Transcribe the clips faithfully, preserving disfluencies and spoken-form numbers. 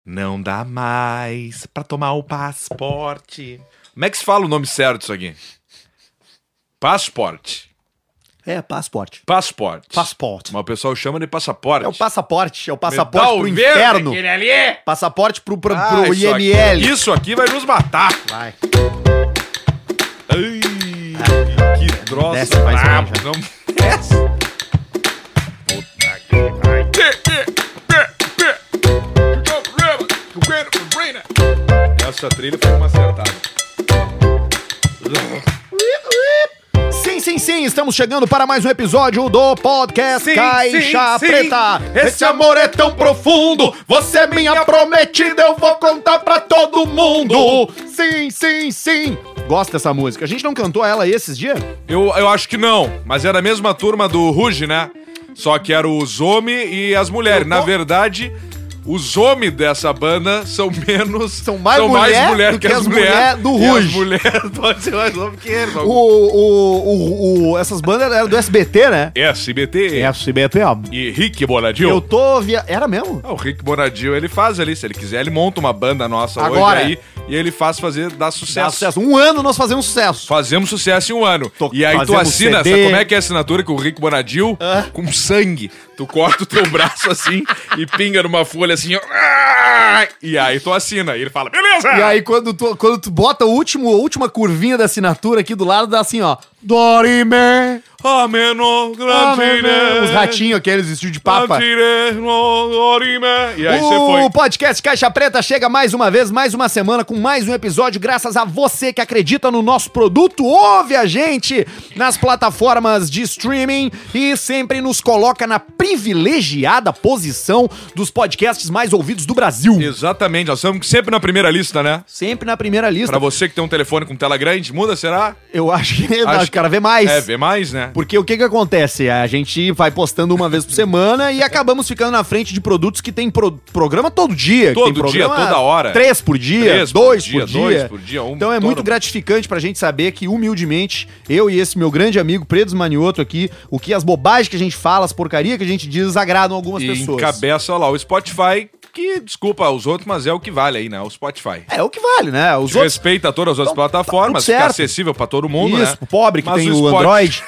Não dá mais pra tomar o passaporte. Como é que se fala o nome certo disso aqui? Passaporte. É, passaporte. Passaporte. Passaporte. Mas o pessoal chama de passaporte. É o passaporte, é o passaporte Me dá pro o verde, inferno. aquele ali. Passaporte pro, pro, Ah, pro isso I M L. Aqui, isso aqui vai nos matar. Vai. Ai, que troço Desce mais brabo. bem, já. Não desce. Puta que pariu. Essa trilha foi uma acertada. Sim, sim, sim, estamos chegando para mais um episódio do podcast Sim, Caixa sim, sim. Preta. Esse amor é tão profundo, você é minha prometida, eu vou contar pra todo mundo. Sim, sim, sim. Gosto dessa música. A gente não cantou ela aí esses dias? Eu, eu acho que não, mas era a mesma turma do Ruge, né? Só que era os homens e as mulheres. Na verdade, os homens dessa banda são menos... São mais mulher mulher do que as mulher do Ruge. As mulheres podem ser mais homens que eles. O, o, o, o, essas bandas eram do S B T, né? S B T S B T, ó. e Rick Bonadil. Eu tô via... Era mesmo? Ah, o Rick Bonadil, ele faz ali, se ele quiser, ele monta uma banda nossa Agora. hoje aí e ele faz fazer, dar Dá sucesso. sucesso. Um ano nós fazemos sucesso. Fazemos sucesso em um ano. Tô- E aí tu fazemos assina, C D. sabe como é que é a assinatura com o Rick Bonadil? Ah. Com sangue. Tu corta o teu braço assim e pinga numa folha assim, ó. Ah! E aí tu assina. E ele fala, beleza! E aí, quando tu, quando tu bota o último, a última curvinha da assinatura aqui do lado, dá assim, ó. Dorime. Ameno, grandine. Os ratinhos aqueles vestidos de papa. Grandine, dorime. E aí você O foi. podcast Caixa Preta chega mais uma vez, mais uma semana, com mais um episódio, graças a você que acredita no nosso produto, ouve a gente nas plataformas de streaming e sempre nos coloca na privilegiada posição dos podcasts mais ouvidos do Brasil. Exatamente, nós estamos sempre na primeira lista, né? Sempre na primeira lista. Pra você que tem um telefone com tela grande, muda, será? Eu acho que Acho o cara vê mais. É, vê mais, né? Porque o que que acontece? A gente vai postando uma vez por semana e acabamos ficando na frente de produtos que tem pro- programa todo dia. que Todo tem dia, programa toda hora. Três por dia, Três por dois dia, por dia. dois por dia, um então é toda- muito gratificante pra gente saber que, humildemente, eu e esse meu grande amigo Predos Manioto aqui, o que as bobagens que a gente fala, as porcarias que a gente diz, agradam algumas E pessoas. encabeça lá o Spotify, que, desculpa os outros, mas é o que vale aí, né? O Spotify. É o que vale, né? Os outros... Respeita todas as outras Então, plataformas, tá tudo fica certo. acessível pra todo mundo, Isso, né? o pobre que Mas tem o o, Spot- Android.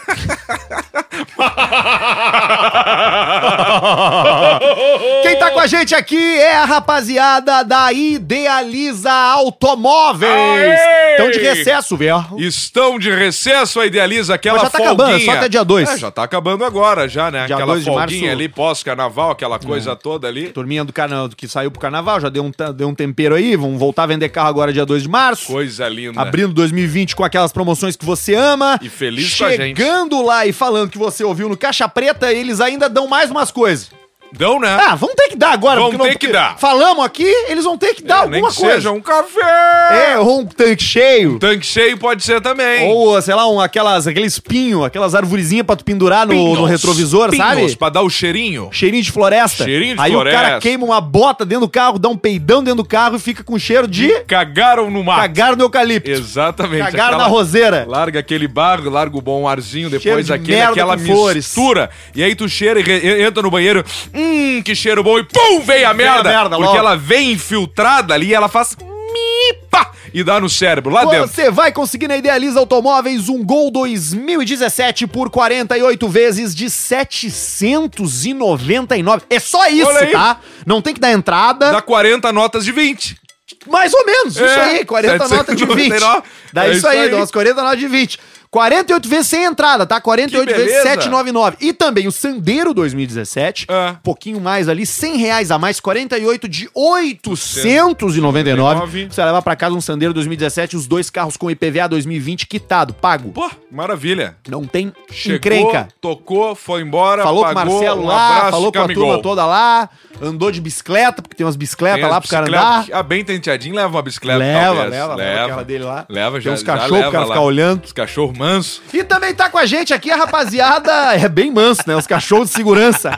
Quem tá com a gente aqui é a rapaziada da Idealiza Automóveis. Aê! Estão de recesso, velho. Estão de recesso, a Idealiza, aquela Mas já tá folguinha. acabando, é só até dia dois. É, já tá acabando agora, já, né? Dia aquela dois de folguinha março. ali, pós-carnaval, aquela coisa toda ali. Turminha do canal que saiu pro carnaval, já deu um, ta- deu um tempero aí. Vamos voltar a vender carro agora dia dois de março. Coisa linda. Abrindo dois mil e vinte com aquelas promoções que você ama. E feliz com a gente. Chegando lá e falando que você ouviu no Caixa Preta, eles ainda dão mais umas coisas. Dão, né? Ah, vamos ter que dar agora. Vão porque ter não- que dar. Falamos aqui, eles vão ter que dar É, nem alguma que coisa. seja um café. É, ou um tanque cheio. Tanque cheio pode ser também. Ou, sei lá, um, aquelas, aquele espinho, aquelas arvorezinhas pra tu pendurar no, Pinhos, no retrovisor, pinhos, sabe? pra dar o cheirinho. Cheirinho de floresta. Cheirinho de Aí floresta. o cara queima uma bota dentro do carro, dá um peidão dentro do carro e fica com cheiro de Cagaram no mato. cagar no eucalipto. Exatamente. Cagaram aquela- na roseira. Larga aquele barro, larga o bom arzinho, Cheiro depois de aquele, merda aquela com flores. mistura. E aí tu cheira e re- entra no banheiro, hum, que cheiro bom, e pum, vem a Vem merda. a merda porque logo. ela vem infiltrada ali e ela faz mipa e dá no cérebro, lá dentro. Você vai conseguir na Idealiza Automóveis um Gol dois mil e dezessete por quarenta e oito vezes de setecentos e noventa e nove. É só isso, Olha aí. tá? Não tem que dar entrada. Dá quarenta notas de vinte. Mais ou menos, isso É, aí, quarenta notas de vinte. setecentos e noventa e nove. Dá É isso isso aí, aí. dá umas quarenta notas de vinte. quarenta e oito vezes sem entrada, tá? quarenta e oito Que vezes beleza. setecentos e noventa e nove. E também o Sandero dois mil e dezessete, É. um pouquinho mais ali, cem reais a mais, quarenta e oito de oitocentos e noventa e nove. Você leva pra casa um Sandero dois mil e dezessete, os dois carros com I P V A dois mil e vinte quitado, pago. Pô, maravilha. Não tem Chegou, encrenca. tocou, foi embora, Falou com o pagou, Marcelo um lá, abraço, falou com a camigol. turma toda lá, andou de bicicleta, porque tem umas bicicletas Tem lá as pro cara bicicletas andar. que- Ah, bem tenteadinho, leva uma bicicleta. Leva, talvez. leva, leva aquela dele lá. Leva, Tem já, uns já cachorros leva pro cara lá. ficar olhando. Os cachorros mansos. E também tá com a gente aqui a rapaziada, é bem manso, né? Os cachorros de segurança.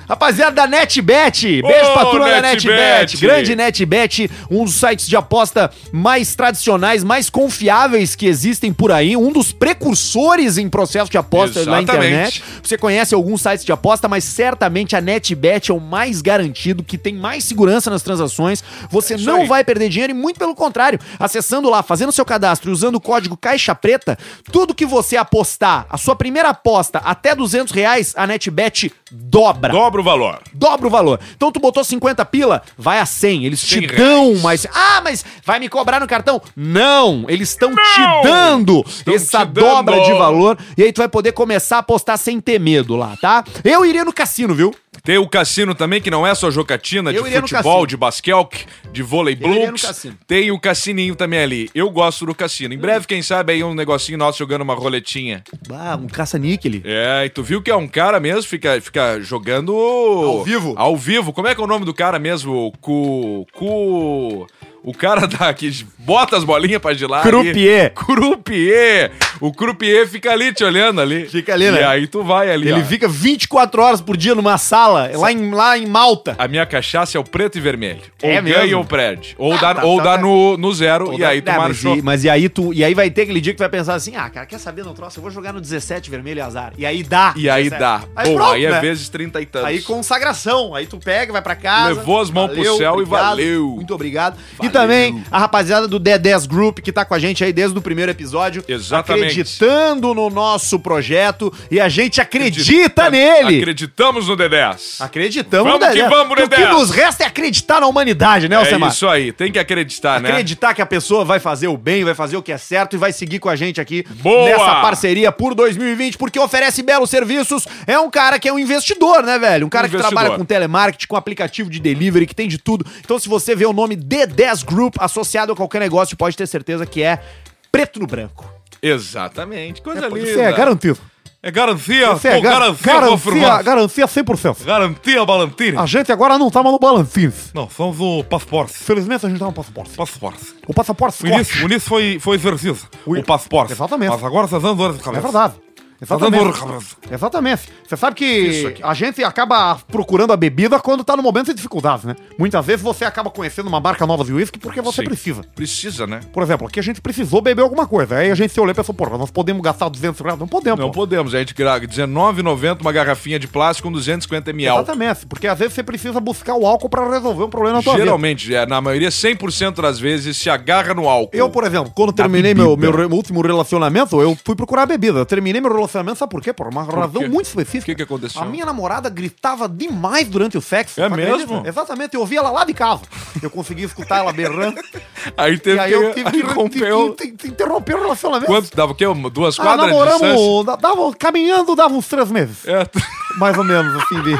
Rapaziada da NetBet, beijo Ô, pra turma da NetBet. NetBet, grande NetBet, um dos sites de aposta mais tradicionais, mais confiáveis que existem por aí, um dos precursores em processo de aposta Exatamente. na internet. Você conhece alguns sites de aposta, mas certamente a NetBet é o mais garantido, que tem mais segurança nas transações. Você É isso não aí. vai perder dinheiro e muito pelo contrário, acessando lá, fazendo seu cadastro e usando o código Caixa Preta, tudo que você apostar, a sua primeira aposta até duzentos reais, a NetBet dobra. Dobra o valor. Dobra o valor. Então tu botou cinquenta pila, vai a cem. Eles te cem dão reais. mais. Ah, mas vai me cobrar no cartão? Não! Eles estão Não! te dando Estão essa te dobra dando. de valor. E aí tu vai poder começar a apostar sem ter medo lá, tá? Eu iria no cassino, viu? Tem o cassino também, que não é só jocatina, Eu de iria no futebol, cassino. de basquete, de vôlei Eu iria no blocks. cassino. Tem o cassininho também ali. Eu gosto do cassino. Em breve, quem sabe, aí um negocinho nosso jogando uma roletinha. Ah, um caça-níquel. É, e tu viu que é um cara mesmo, fica, fica jogando... Ao vivo? Ao vivo. Como é que é o nome do cara mesmo? Cu... Cu... O cara da, que bota as bolinhas pra gelar. Croupier. Croupier. O croupier fica ali te olhando ali. Fica ali, né? E aí tu vai ali, Ele ó. fica vinte e quatro horas por dia numa sala, lá em, lá em Malta. A minha cachaça é o preto e vermelho. É ou mesmo? ganha ou perde. Ou Ah, dá, tá, ou tá, dá tá. no, no zero e aí tu É, mas, marchou. e, mas e aí tu. E aí vai ter aquele dia que tu vai pensar assim: ah, cara, quer saber no troço? Eu vou jogar no dezessete vermelho e azar. E aí dá. E aí dezessete. dá. Aí, Bom, pronto, aí é né? vezes trinta e tantos. Aí consagração. Aí tu pega, vai pra casa. Levou as mãos pro céu e valeu. Muito obrigado. E Valeu. também a rapaziada do D dez Group, que tá com a gente aí desde o primeiro episódio. Exatamente. Acreditando no nosso projeto. E a gente acredita nele. Acreditamos no D dez. Acreditamos Vamos no que D dez. vamos, O que D dez. nos resta é acreditar na humanidade, né, É Alcemar? isso aí, tem que acreditar, né? Acreditar que a pessoa vai fazer o bem, vai fazer o que é certo e vai seguir com a gente aqui Boa! nessa parceria por dois mil e vinte, porque oferece belos serviços. É um cara que é um investidor, né, velho? Um cara que Investidor. trabalha com telemarketing, com aplicativo de delivery, que tem de tudo. Então, se você vê o nome D dez Group associado a qualquer negócio, pode ter certeza que é preto no branco. Exatamente. Coisa linda. Você é garantido. É garantia, Você é pô, gar garantia, garantia, confirmada. garantia cem por cento. Garantia, Balantini. A gente agora não tá mais no Balantins. Não, somos o passaporte. Felizmente a gente tá no passaporte. Passaporte. O passaporte O início, o início foi, foi exercício, O- o passaporte. Exatamente. Mas agora vocês dando dores de É cabeça. verdade. Tá dando dor de Exatamente. cabeça. Exatamente. Você sabe Isso que aqui. a gente acaba procurando a bebida quando tá no momento de dificuldades, né? Muitas vezes você acaba conhecendo uma marca nova de uísque porque você Sim. precisa. Precisa, né? Por exemplo, aqui a gente precisou beber alguma coisa. Aí a gente se olhou e pensou, porra, nós podemos gastar duzentos reais? Não podemos. Não pô. podemos, a gente grava dezenove reais e noventa centavos uma garrafinha de plástico com duzentos e cinquenta mililitros. Exatamente. Porque às vezes você precisa buscar o álcool pra resolver um problema na tua vida. Geralmente, é, na maioria, cem por cento das vezes se agarra no álcool. Eu, por exemplo, quando Da terminei meu, bebida. meu, re- último relacionamento, eu fui procurar bebida. Eu terminei meu relacionamento, sabe por quê? Por uma razão quê? muito específica. O que que aconteceu? A minha namorada gritava demais durante o sexo. É tu mesmo? acredita? Exatamente, eu ouvia ela lá de casa. Eu consegui escutar ela berrando. Aí teve e aí que, eu tive aí que, rompeu. tive que- que interromper o relacionamento. Quanto? Dava o quê? Uma- Duas Ah, quadras de distância? namoramos, da- dava, caminhando dava uns três meses. É, Mais ou menos, assim, de,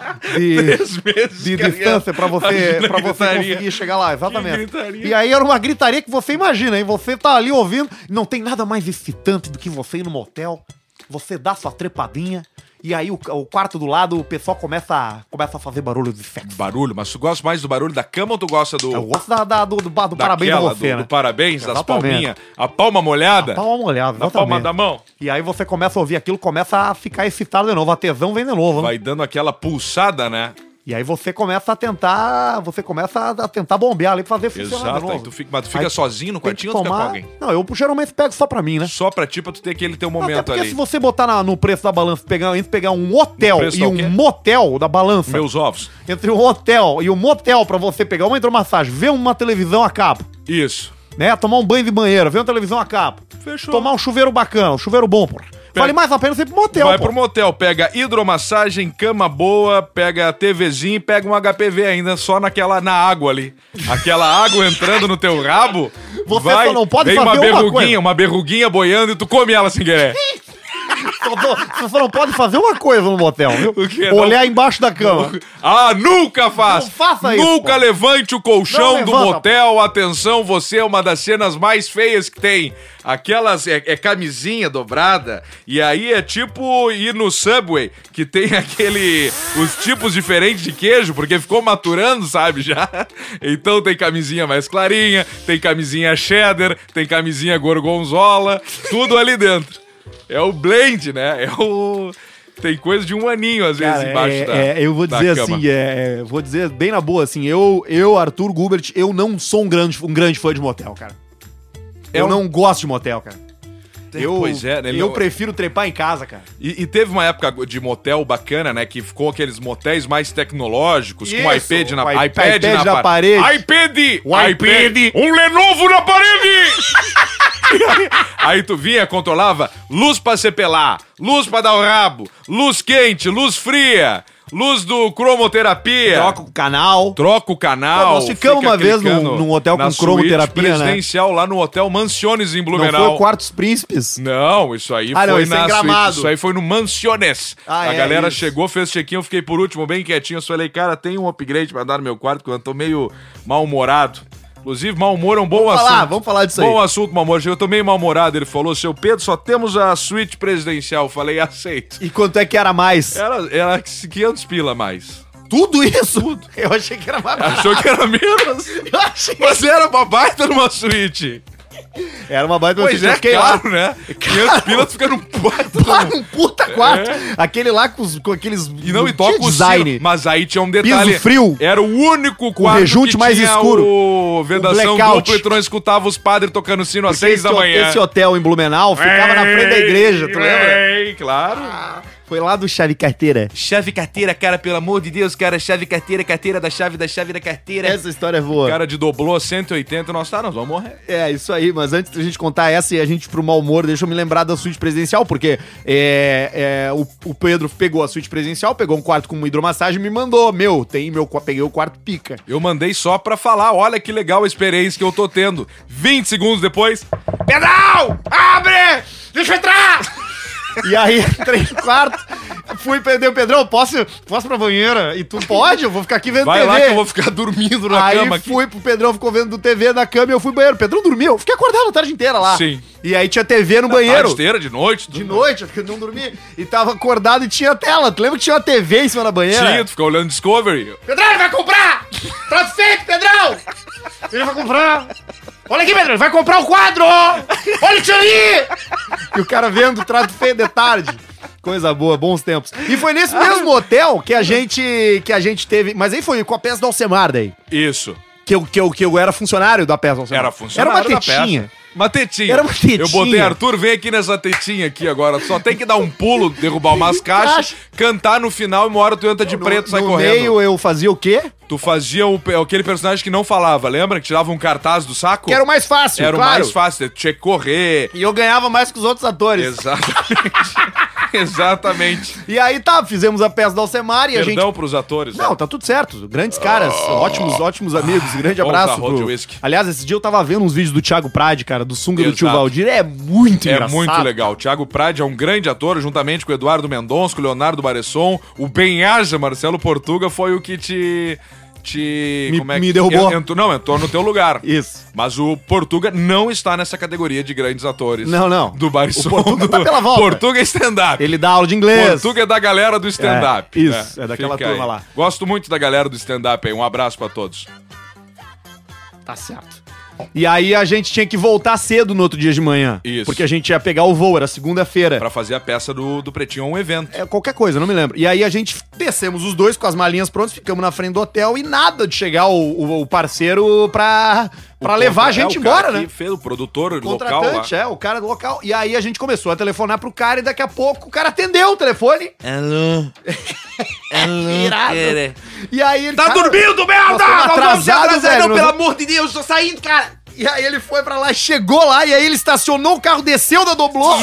de, três meses. de caminhando. distância pra você, Imagina pra a você gritaria. conseguir chegar lá, Que exatamente. gritaria. E aí era uma gritaria que você imagina, hein? Você tá ali ouvindo, não tem nada mais excitante do que você ir no motel, você dá sua trepadinha, e aí o, o quarto do lado, o pessoal começa, a- começa a fazer barulho de sexo. Barulho, mas tu gosta mais do barulho da cama ou tu gosta do... Eu gosto da, da- do, do, do parabéns a daquela, você, do, né? do parabéns, das Exatamente. palminhas, a palma molhada, Dá uma olhada, na palma exatamente. da mão, E aí você começa a ouvir aquilo, começa a ficar excitado de novo, a tesão vem de novo, né? vai dando aquela pulsada, né? E aí você começa a tentar, você começa a, a tentar bombear ali pra fazer funcionar de Exato, novo. aí tu fica, mas tu fica Aí sozinho no Tem que quartinho ou tu fica com tomar... alguém? Não, eu geralmente pego só pra mim, né? Só pra ti, pra tu ter aquele teu Até momento porque ali. se você botar na- no preço da balança, pegar, entre pegar um hotel preço e tá o um quê? motel da balança, Meus ovos. entre um hotel e um motel pra você pegar uma hidromassagem, ver uma televisão a cabo, Isso. né? Tomar um banho de banheiro, ver uma televisão a cabo. Fechou. Tomar um chuveiro bacana, um chuveiro bom, porra. Vale mais a pena você ir pro motel, Vai pô. pro motel, pega hidromassagem, cama boa, pega TVzinho e pega um H P V ainda só naquela, na água ali. Aquela água entrando no teu rabo. Você vai, só não pode vem fazer uma uma berruguinha, coisa. uma berruguinha boiando e tu come ela sem querer. Só tô- Você só não pode fazer uma coisa no motel, viu? O quê? Olhar embaixo da cama. Ah, nunca faz! Não faça isso, Nunca pô. levante o colchão Não do levanta, motel. Atenção, você é uma das cenas mais feias que tem. Aquelas é, é camisinha dobrada. E aí é tipo ir no Subway, que tem aquele. Os tipos diferentes de queijo, porque ficou maturando, sabe? Já. Então tem camisinha mais clarinha, tem camisinha cheddar, tem camisinha gorgonzola, tudo ali dentro. É o blend, né? É o. Tem coisa de um aninho, às vezes, Cara, embaixo é, da é, eu vou da dizer cama. assim, é, é, vou dizer bem na boa, assim, eu, eu, Arthur Gubert, eu não sou um grande, um grande fã de motel, cara. É eu um- não gosto de motel, cara. Eu, Pois é, né? Ele eu não- prefiro trepar em casa, cara. E, e teve uma época de motel bacana, né? Que ficou aqueles motéis mais tecnológicos, com Isso, iPad na, o i- iPad iPad na, na pa- parede. iPad! O iPad. Um Lenovo na parede! Aí tu vinha, controlava luz pra sepelar, luz pra dar o rabo, luz quente, luz fria, luz do cromoterapia. Troca o canal. Troca o canal. Pô, nós ficamos fica uma vez clicando num- num hotel na com cromoterapia, suíte né? presidencial lá no Hotel Mansiones em Não Blumenau. foi o Quartos Príncipes? Não, isso aí Ah, não, foi isso é na em Gramado. suíte. Isso aí foi no Mansiones. Ah, a é, galera isso. chegou, fez check-in, eu fiquei por último, bem quietinho. Eu falei, cara, tem um upgrade pra dar no meu quarto, porque eu tô meio mal-humorado. Inclusive, mau humor é um bom Vamos assunto. falar, vamos falar disso aí. Bom assunto, mau humor. Eu tô meio mal-humorado. Ele falou, seu Pedro, só temos a suíte presidencial. Eu falei, aceito. E quanto é que era mais? Era, era quinhentos pila a mais. Tudo isso? Tudo. Eu achei que era mais barato. Achou que era menos? Eu achei. Mas era uma baita numa suíte. Era uma baita Pois eu é, fiquei claro, lá. né? quinhentos pila, tu fica num quarto. Claro, um puta quarto. É. Aquele lá com, os- com aqueles. E não, e toca o design. sino. Mas aí tinha um detalhe. Piso frio. Era o único quarto rejunte que mais tinha escuro. o vedação O blackout. dupla e tu não escutava os padres tocando sino às Porque seis esse, da manhã. esse hotel em Blumenau ficava na frente da igreja, tu lembra? Ei, claro. Foi lá do Chave Carteira. Chave carteira, cara, pelo amor de Deus, cara. Chave carteira, carteira da chave da chave da carteira. Essa história é boa. Cara de doblô cento e oitenta, nós tá, nós vamos morrer. É, isso aí, mas antes da gente contar essa e a gente ir pro mau humor, deixa eu me lembrar da suíte presidencial, porque é, é, o, o Pedro pegou a suíte presidencial, pegou um quarto com hidromassagem e me mandou. Meu, tem meu, peguei o quarto pica. Eu mandei só pra falar, olha que legal a experiência que eu tô tendo. vinte segundos depois, Pedal! Abre! Deixa eu entrar! E aí, entrei no quarto, fui perder o Pedrão, posso, posso ir pra banheira? E tu pode? Eu vou ficar aqui vendo Vai T V. lá que eu vou ficar dormindo na aí cama aqui. fui pro Pedrão, ficou vendo T V na cama e eu fui pro banheiro. O Pedrão dormiu, eu fiquei acordado a tarde inteira lá. Sim. E aí tinha T V no banheiro. Tarde inteira, de noite. De noite, eu não dormi. E tava acordado e tinha tela. Tu lembra que tinha uma T V em cima da banheira? Tinha, tu fica olhando Discovery. Pedrão, ele vai comprar! Trato feito, Pedrão! Ele vai comprar! Olha aqui, Pedrão, ele vai comprar o quadro! Olha isso aí! E o cara vendo trato feito de tarde. Coisa boa, bons tempos. E foi nesse mesmo hotel que a gente que a gente teve... Mas aí foi com a peça do Alcemar daí. Isso. Que eu, que eu, que eu era funcionário da peça do Alcemar. Era funcionário Era uma da tetinha. peça. Uma tetinha. Era uma tetinha. Eu botei, Arthur, vem aqui nessa tetinha aqui agora. Só tem que dar um pulo, derrubar umas caixas, Caixa. cantar no final e uma hora tu entra de preto e sai no correndo. meio eu fazia o quê? Tu fazia o, aquele personagem que não falava, lembra? Que tirava um cartaz do saco? Que era o mais fácil, Era o claro. mais fácil, tu tinha que correr. E eu ganhava mais que os outros atores. Exatamente. Exatamente. E aí tá, fizemos a peça do Alcemar e a gente... Perdão pros atores. Não, tá tudo certo. Grandes caras, ótimos, ótimos amigos. Grande Bons abraço. arroz de Pro... whisky. Aliás, esse dia eu tava vendo uns vídeos do Thiago Prade, cara, do Sunga do Exato. Tio Valdir. É muito É engraçado. muito legal. O Thiago Prade é um grande ator, juntamente com o Eduardo Mendonça, com o Leonardo Baresson. O Benhaja, Marcelo Portuga, foi o que te... te Me- como é me que- derrubou. Entrou, não, entrou no teu lugar. Isso. Mas o Portuga não está nessa categoria de grandes atores. Não, não. Do Barisson. O Portuga do... tá pela volta. Portuga é stand-up. Ele dá aula de inglês. Portuga é da galera do stand-up. É, isso, é daquela fica turma aí. lá. Gosto muito da galera do stand-up aí. Um abraço pra todos. Tá certo. E aí a gente tinha que voltar cedo no outro dia de manhã. Isso. Porque a gente ia pegar o voo, era segunda-feira. Pra fazer a peça do, do Pretinho, um evento. É, qualquer coisa, não me lembro. E aí a gente descemos os dois com as malinhas prontas, ficamos na frente do hotel e nada de chegar o, o- o parceiro pra, pra O levar a contra- gente é, o cara embora, que né? fez o produtor local lá. Contratante, é, o cara do local. E aí a gente começou a telefonar pro cara e daqui a pouco o cara atendeu o telefone. Alô? Alô, Irado. cara? E aí ele... Tá cara, dormindo, nós merda! estamos Não vamos se atrasados, atrasar, velho, não, nós pelo vamos- amor de Deus, tô saindo, cara! E aí ele foi pra lá, chegou lá, e aí ele estacionou o carro, desceu da Doblô.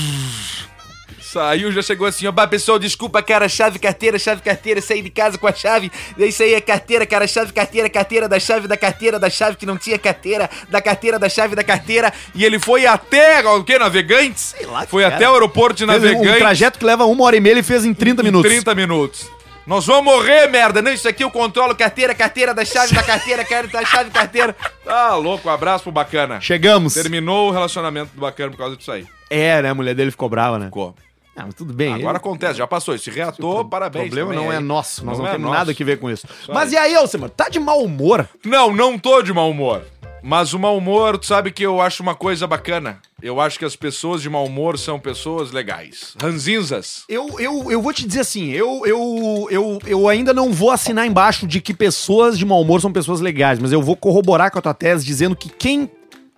Saiu, já chegou assim, ó, Bah, pessoal, desculpa, cara, chave, carteira, chave, carteira, saí de casa com a chave, isso aí é carteira, cara, chave, carteira, carteira da chave, da carteira, da chave que não tinha carteira, da carteira, da chave, da carteira. e ele foi até, o quê, Navegantes? Sei lá que Foi era. até o aeroporto de Fez um Navegantes. trajeto que leva uma hora e meia, ele fez em trinta minutos. trinta minutos. Nós vamos morrer, merda. Não, isso aqui eu controlo, carteira, carteira da chave, da carteira, cara, da chave, carteira. Tá louco, um abraço pro Bacana. Chegamos. Terminou o relacionamento do Bacana por causa disso aí. É, né, a mulher dele ficou brava, né? Ficou. Ah, mas tudo bem. Agora ele- acontece, já passou. Se reatou, O parabéns. problema também não é aí. nosso, nós não, é temos nosso. nada que ver com isso. Isso Mas aí. e aí, Alcemar, tá de mau humor? Não, não tô de mau humor. Mas o mau humor, tu sabe que eu acho uma coisa bacana. Eu acho que as pessoas de mau humor são pessoas legais. Ranzinzas. Eu, eu, eu vou te dizer assim, eu, eu, eu, eu ainda não vou assinar embaixo de que pessoas de mau humor são pessoas legais, mas eu vou corroborar com a tua tese dizendo que quem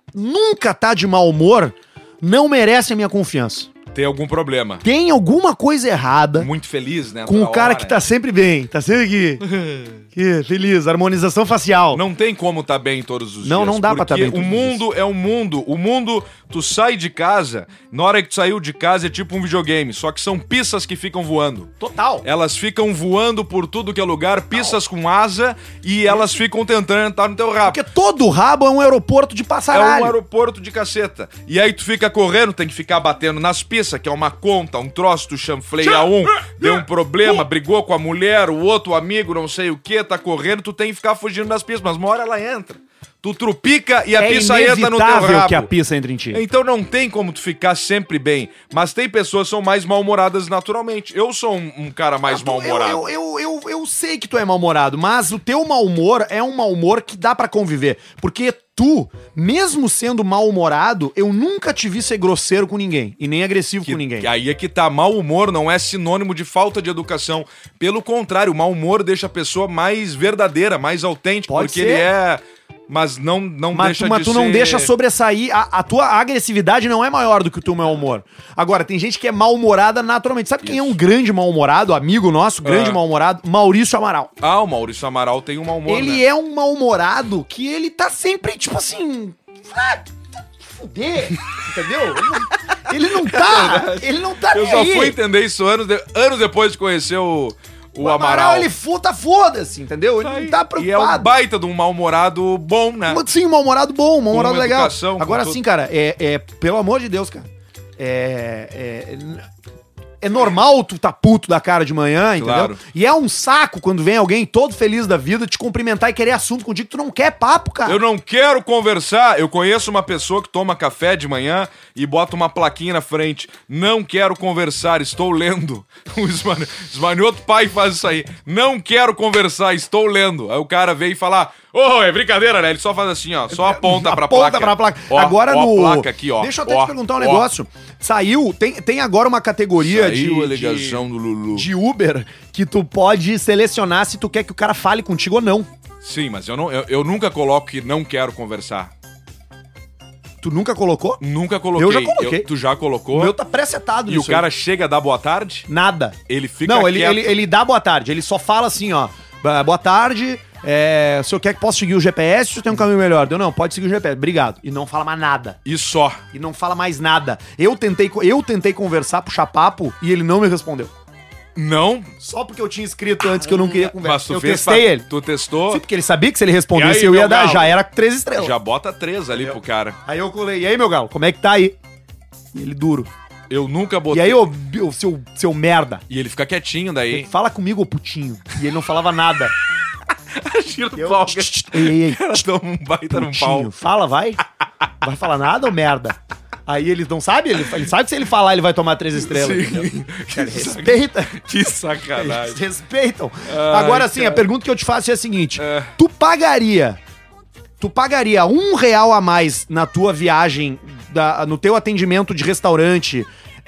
nunca tá de mau humor não merece a minha confiança. Tem algum problema. Tem alguma coisa errada Muito feliz, né? com o toda cara hora, que tá sempre bem, tá sempre aqui. Que feliz, harmonização facial. Não tem como tá bem todos os Não, dias. não dá pra tá bem Porque todos o os mundo é um mundo. O mundo, tu sai de casa, na hora que tu saiu de casa é tipo um videogame, só que são pizzas que ficam voando. Total. Elas ficam voando por tudo que é lugar, pizzas com asa, e elas ficam tentando entrar no teu rabo. Porque todo rabo é um aeroporto de É passaralho. um aeroporto de caceta. E aí tu fica correndo, tem que ficar batendo nas pizzas, que é uma conta, um troço, tu chanfleia um, deu um problema, brigou com a mulher, o outro amigo, não sei o que, tá correndo, tu tem que ficar fugindo das pizzas, mas uma hora ela entra. Tu trupica e a É pizza entra no teu inevitável rabo. que a pizza entre em ti. Então não tem como tu ficar sempre bem. Mas tem pessoas que são mais mal-humoradas naturalmente. Eu sou um, um cara mais Eu, mal-humorado. eu, eu, eu, eu sei que tu é mal-humorado, mas o teu mau humor é um mau humor que dá pra conviver. Porque tu, mesmo sendo mal-humorado, eu nunca te vi ser grosseiro com ninguém e nem agressivo Que- com ninguém. Aí é que tá, mau humor não é sinônimo de falta de educação. Pelo contrário, o mau humor deixa a pessoa mais verdadeira, mais autêntica, Pode porque ser. ele é... Mas não, não Mas deixa tu, mas de tu ser... não deixa sobressair, a, a tua agressividade não é maior do que o teu mau humor. Agora, tem gente que é mal-humorada naturalmente. Sabe quem é um grande mal-humorado, amigo nosso, grande Ah. mal-humorado? Maurício Amaral. Ah, o Maurício Amaral tem um mau humor, Ele né? é um mal-humorado que ele tá sempre, tipo assim. Ah, fuder, entendeu? Ele não, ele não tá. Ele não tá Eu nem só aí. fui entender isso anos, de- anos depois de conhecer o, o, O Amaral. Amaral, ele futa, foda-se, entendeu? Ele não tá E é um preocupado. baita de um mal-humorado bom, né? Sim, um mal-humorado bom, um mal-humorado uma legal. educação, com Agora tudo. sim, cara, é, é. Pelo amor de Deus, cara. É. É, é normal tu tá puto da cara de manhã, entendeu? Claro. E é um saco quando vem alguém todo feliz da vida te cumprimentar e querer assunto contigo. Tu não quer papo, cara. Eu não quero conversar. Eu conheço uma pessoa que toma café de manhã e bota uma plaquinha na frente. Não quero conversar, estou lendo. O Ismani- Ismanioto pai faz isso aí. Não quero conversar, estou lendo. Aí o cara vem e fala: Ô, é brincadeira, né? Ele só faz assim, ó. Só aponta pra Aponta placa. pra placa. Ó, agora ó, no. a placa aqui, ó. Deixa eu até Ó, te perguntar um ó. negócio. Saiu, tem, tem agora uma categoria de, Saiu a ligação de, do Lulu. de Uber que tu pode selecionar se tu quer que o cara fale contigo ou não. Sim, mas eu, não, eu, eu nunca coloco que não quero conversar. Tu nunca colocou? Nunca coloquei. Eu já coloquei. tu já colocou? O meu tá pré-setado E o nisso aí. cara chega a dar boa tarde? Nada. Ele fica Não, ele, quieto. ele, ele dá boa tarde. Ele só fala assim, ó. "Ba- Boa tarde. É, o senhor quer que possa seguir o G P S ou tem um caminho melhor? Deu, não, pode seguir o G P S. Obrigado. E não fala mais nada. E só. E não fala mais nada. Eu tentei, co- eu tentei conversar, puxar papo e ele não me respondeu. Não, Só porque eu tinha escrito antes que eu não queria mas conversar. tu Eu fez testei pra- ele. Tu testou, Sim, porque ele sabia que se ele E respondesse aí, eu ia meu dar, galo? já era três estrelas. já bota três ali pro cara. Aí eu colei, e aí, meu galo, como é que tá aí? E ele duro. Eu nunca E botei. aí, ô, ô, seu, seu merda, E ele fica quietinho daí. fala comigo, ô putinho. E ele não falava nada. Tira o Eu, pau. tch, tch, ei, ei, ei, Cara, toma um baita num putinho, pau. fala, vai. Vai falar nada, ô merda? Aí ele não sabe, ele, ele sabe que se ele falar, ele vai tomar três estrelas. entendeu? Sim. Cara, respeita. Que sacanagem. Eles respeitam. Ai, Agora sim, cara. a pergunta que eu te faço é a seguinte: É. tu pagaria. Tu pagaria um real a mais na tua viagem, da- no teu atendimento de restaurante,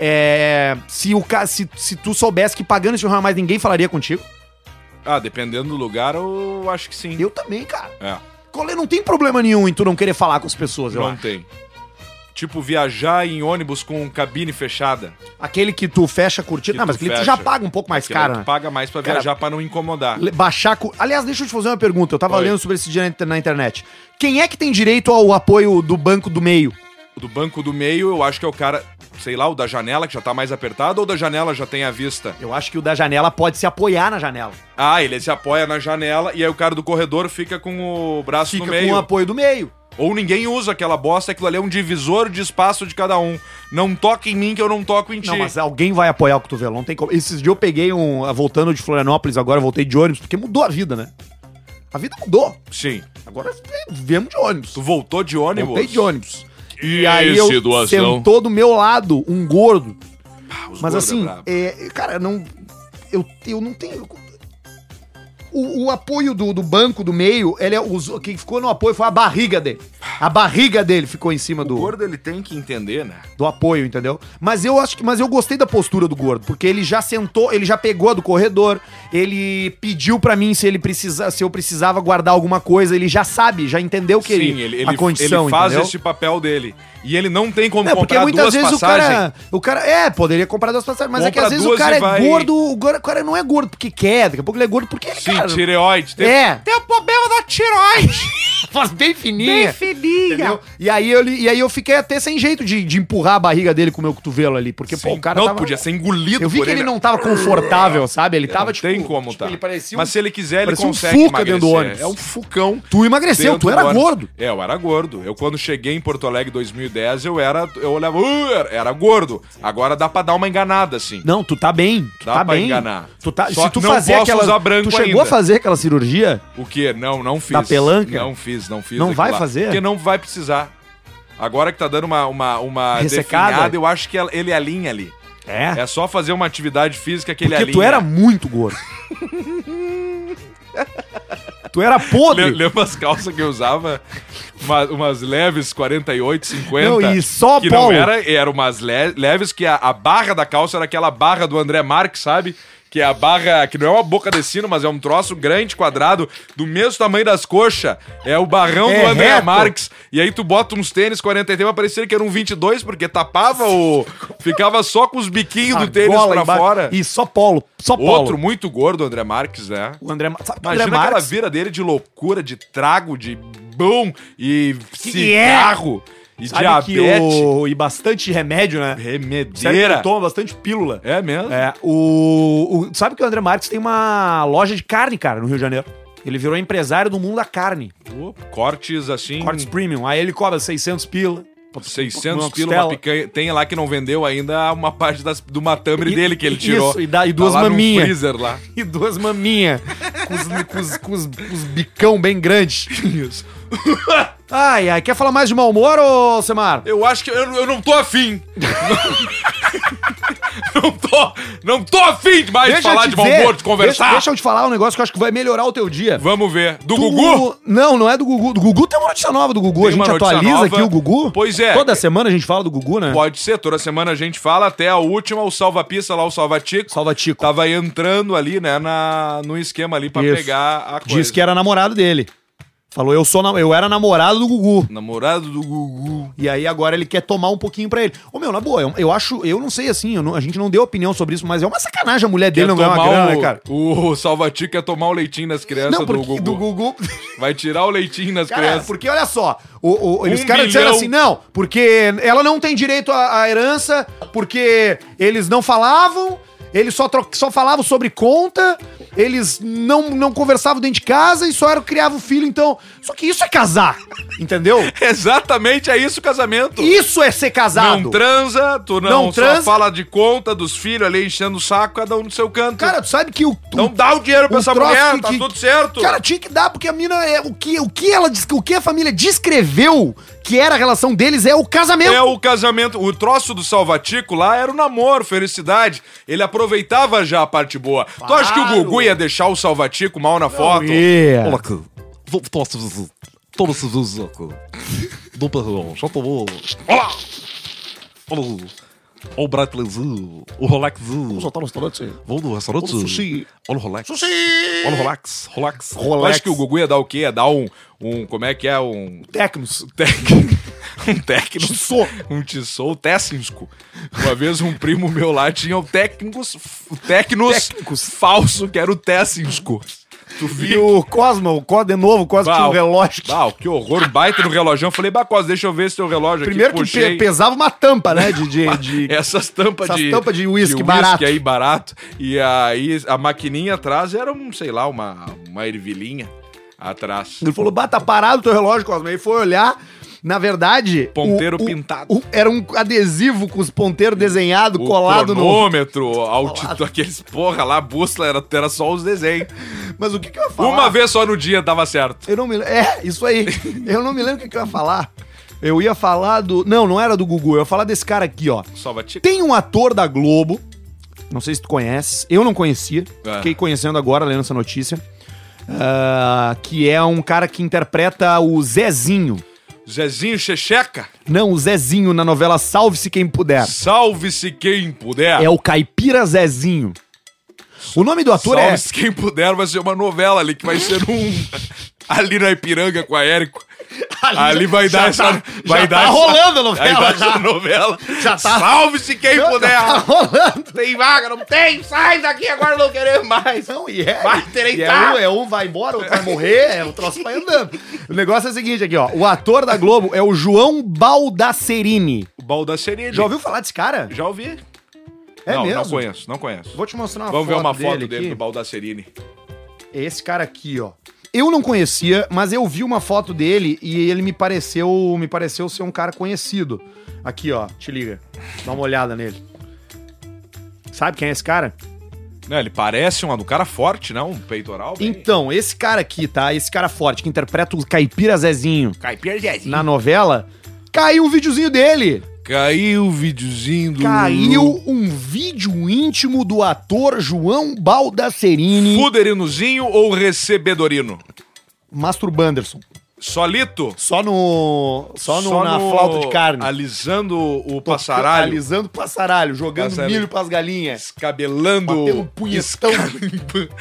é, se, o, ca- se, se tu soubesse que pagando esse um real a mais ninguém falaria contigo? Ah, dependendo do lugar, eu acho que sim. Eu também, cara. É, Colê, não tem problema nenhum em tu não querer falar com as pessoas, eu não acho. tem. Tipo, viajar em ônibus com cabine fechada. Aquele que tu fecha a cortina. Que Não, mas tu aquele que tu fecha. já paga um pouco mais Aquele aí caro, tu né? paga mais pra Cara, viajar pra não incomodar. Le- Baixar. cu- Aliás, deixa eu te fazer uma pergunta. Eu tava Oi. lendo sobre esse dia na- na internet. Quem é que tem direito ao apoio do banco do meio? O do banco do meio, eu acho que é o cara, sei lá, o da janela, que já tá mais apertado, ou o da janela já tem a vista? Eu acho que o da janela pode se apoiar na janela. Ah, ele se apoia na janela e aí o cara do corredor fica com o braço Fica no com meio. o apoio do meio. Ou ninguém usa aquela bosta, aquilo ali é um divisor de espaço de cada um. Não toca em mim que eu não toco em ti. Não, mas alguém vai apoiar o cotovelo, não tem como. Esses dias eu peguei um. Voltando de Florianópolis, agora eu voltei de ônibus, porque mudou a vida, né? A vida mudou. Sim. Agora viemos de ônibus. Tu voltou de ônibus? Voltei de ônibus. Que E aí eu situação. sentou do meu lado um gordo. Ah, os Mas gordos é assim, brabo. é, cara, não. Eu, eu não tenho. O, o apoio do, do banco do meio, ele é, os, quem ficou no apoio foi a barriga dele. A barriga dele ficou em cima O do, gordo, ele tem que entender, né? do apoio, entendeu? Mas eu acho que, mas eu gostei da postura do gordo, porque ele já sentou, ele já pegou a do corredor, ele pediu pra mim se ele precisa, se eu precisava guardar alguma coisa, ele já sabe, já entendeu que Sim, ele, ele, a ele, condição, ele faz entendeu? esse papel dele. E ele não tem como É, porque comprar muitas duas vezes passagens. o cara, o cara, é, poderia comprar duas passagens, mas é que Compra às vezes o duas cara e é vai- gordo, o go- o cara não é gordo porque quer, daqui a pouco ele é gordo porque ele, Sim, cara, tireoide. Tem, É. tem o problema da tireoide. faz bem fininha. Bem fininha. Entendeu? E aí, eu, e aí eu fiquei até sem jeito de, de empurrar a barriga dele com o meu cotovelo ali, porque, pô, Sim. o cara não, tava... podia ser engolido Eu vi por que ele não tava confortável, sabe? Ele tava, Não tipo... tem como, tipo, tá? ele parecia Mas um... se ele quiser, ele parecia um consegue Fuca dentro do ônibus. É um fucão. Tu emagreceu, dentro tu era do ônibus. gordo. É, eu era gordo. Eu, quando cheguei em Porto Alegre em dois mil e dez, eu era... Eu olhava... Uh, era, era gordo. Agora dá pra dar uma enganada, assim. Não, tu tá bem. Tu Dá tá pra bem. enganar. Tu tá, Só se tu que não fazer posso aquela... usar branco tu chegou ainda. a fazer aquela cirurgia? O quê? Não, não fiz. Da pelanca? Não fiz, não fiz. Não aquilo vai lá. fazer? Porque não vai precisar. Agora que tá dando uma, uma, uma Ressecada? definhada, eu acho que ela- ele alinha ali. É. É só fazer uma atividade física que ele Porque alinha. tu era muito gordo. Tu era podre. Le- Lembra as calças que eu usava? Uma- umas leves quarenta e oito, cinquenta. Não, e só que polo. não era, era umas le- leves que a, a barra da calça era aquela barra do André Marques, sabe? Que é a barra, que não é uma boca de sino, mas é um troço grande, quadrado, do mesmo tamanho das coxas. É o barrão É do André reto. Marques. E aí tu bota uns tênis quarenta e três, mas parecia que era um vinte e dois, porque tapava o... Ficava só com os biquinhos do A tênis gola pra embaixo. fora. E só polo. Só polo. Outro muito gordo, o André Marques, né? O André... Sabe que o Imagina André aquela Marques... vira dele de loucura, de trago, de bom e Que é? cigarro e Sabe diabetes. que o... E bastante remédio, né? Sério que Remedeira. ele toma bastante pílula. É mesmo? É, o, o- sabe que o André Marques tem uma loja de carne, cara, no Rio de Janeiro. Ele virou empresário do mundo da carne. Pô, cortes assim, Cortes premium. Aí ele cobra seiscentos pila. seiscentos uma pila, costela. uma picanha. Tem lá que não vendeu ainda uma parte das, do matambre E- dele que ele isso, tirou. e dá- e Tá duas lá no maminhas. freezer lá. E duas maminhas. com, os, com, os, com, os, com os bicão bem grandes. Isso. Ai, ai. Quer falar mais de mau humor, ô Semar? Eu acho que eu, eu não tô afim. não tô, não tô afim de mais de falar de mau humor, de conversar. Deixa, deixa eu te falar um negócio que eu acho que vai melhorar o teu dia. Vamos ver. Do Tu- Gugu? Não, não é do Gugu. Do Gugu tem uma notícia nova do Gugu. Tem a gente uma notícia atualiza nova. aqui o Gugu. Pois é. Toda semana a gente fala do Gugu, né? Pode ser, toda semana a gente fala, até a última, o Salva-Pista lá, o Salva-Tico. Salva Tico. Tava entrando ali, né, na, no esquema ali pra Isso. pegar a coisa. Diz que era namorado dele. Falou, eu sou na- eu era namorado do Gugu. Namorado do Gugu. E aí agora ele quer tomar um pouquinho pra ele. Ô meu, na boa, eu, eu acho, eu não sei assim, eu não- a gente não deu opinião sobre isso, mas é uma sacanagem a mulher dele Quer não ganhar uma tomar grana, o, né, cara? O Salva-Tico quer tomar o leitinho das crianças Não, do porque Gugu. do Gugu. Vai tirar o leitinho das Cara, crianças. porque olha só, o, o, eles Um caras disseram milhão. assim, não, porque ela não tem direito à, à herança, porque eles não falavam, eles só, tro- só falavam sobre conta, eles não, não conversavam dentro de casa e só era, criavam filho, então... Só que isso é casar, entendeu? Exatamente, é isso o casamento. Isso é ser casado. Não transa, tu não, Não só transa. fala de conta dos filhos ali enchendo o saco, cada um no seu canto. Cara, tu sabe que o... não o dá o dinheiro pra o essa troço mulher, que- tá que- tudo certo. Cara, tinha que dar, porque a mina é. O que, o que ela diz, o que a família descreveu que era a relação deles é o casamento. É o casamento, o troço do Salvatico lá era o namoro, felicidade. Ele aproveitava já a parte boa. Tu acha que o Claro. Gugu ia deixar o Salvatico mal na foto? Yeah. Olha aqui, vou posso todos os dias aqui. Do Perrão, já tomou. Olá! Olha o- olha o Bratlezinho, o Rolexzinho. Já tá no restaurante. Vamos no restaurante? Olha o sushi. Olha o Rolex. Sushi! Olha o Rolex. Rolex. Tu acha que o Gugu ia dar o quê? Ia dar um, um como é que é? Um Tecnos. técnico. Um técnico. Tiçô. Um tiçô, o técnico. Uma vez um primo meu lá tinha o técnicos, o Tecnos Técnicos. falso, que era o técnico. Tu E viu? o Cosmo, o Cosmo de novo, o Cosmo tinha um relógio. que- Bah, que horror, um baita no relógio. Eu falei, Bacos, deixa eu ver esse teu relógio Primeiro aqui. que pe- pesava uma tampa, né? De. de, de- Essas tampas Essas de... tampas de uísque barato. aí barato. E aí a maquininha atrás era um, sei lá, uma, uma ervilhinha atrás. Ele falou, bah, tá parado o teu relógio, Cosmo. Aí foi olhar. Na verdade. Ponteiro o- o- pintado. o- era um adesivo com os ponteiros desenhados, O colado no. cronômetro, altitude, aqueles porra lá, bússola, era, era só os desenhos. Mas o que, que eu ia falar? Uma vez só no dia dava certo. Eu não me lembro. É, isso aí. Eu não me lembro o que, que eu ia falar. Eu ia falar do. Não, não era do Gugu. Eu ia falar desse cara aqui, ó. Salvatico. Tem um ator da Globo. Não sei se tu conhece. Eu não conhecia. É. Fiquei conhecendo agora, lendo essa notícia. ah, que é um cara que interpreta o Zezinho. Zezinho Checheca? Não, o Zezinho na novela Salve-se Quem Puder. Salve-se quem puder. É o Caipira Zezinho. O nome do ator é... Salve-se quem puder, vai ser uma novela ali, que vai ser um... ali na Ipiranga com a Érico. Ali, ali vai dar essa... Tá, vai já dar tá essa, rolando a novela. Vai dar Já, essa novela. já tá... Salve-se quem já puder. tá rolando. Tem vaga, não tem? Sai daqui agora, não queremos mais. Não, e é... Vai e treinar. é, um, é um vai embora, outro vai morrer, é, o troço vai andando. O negócio é o seguinte aqui, ó. O ator da Globo é o João Baldacerini. O Baldacerini. Já ouviu falar desse cara? Já ouvi. É não, mesmo? não conheço, não conheço. Vou te mostrar uma Vamos foto ver uma foto dele, dele, aqui. do Baldacerini. É esse cara aqui, ó. Eu não conhecia, mas eu vi uma foto dele e ele me pareceu, me pareceu ser um cara conhecido. Aqui, ó, te liga. Dá uma olhada nele. Sabe quem é esse cara? Não, ele parece um, um cara forte, não? Um peitoral. Bem... Então, esse cara aqui, tá? Esse cara forte que interpreta o Caipira Zezinho Caipira Zezinho. na novela, caiu um videozinho dele. Caiu o videozinho do... Caiu um vídeo íntimo do ator João Baldacerini Fuderinozinho ou recebedorino? masturbanderson. Solito? Só no. Só, no, na flauta de carne. Alisando o passaralho. Alisando o passaralho, jogando Passaralho. milho pras galinhas. Escabelando. Batendo um punhetão. Esca-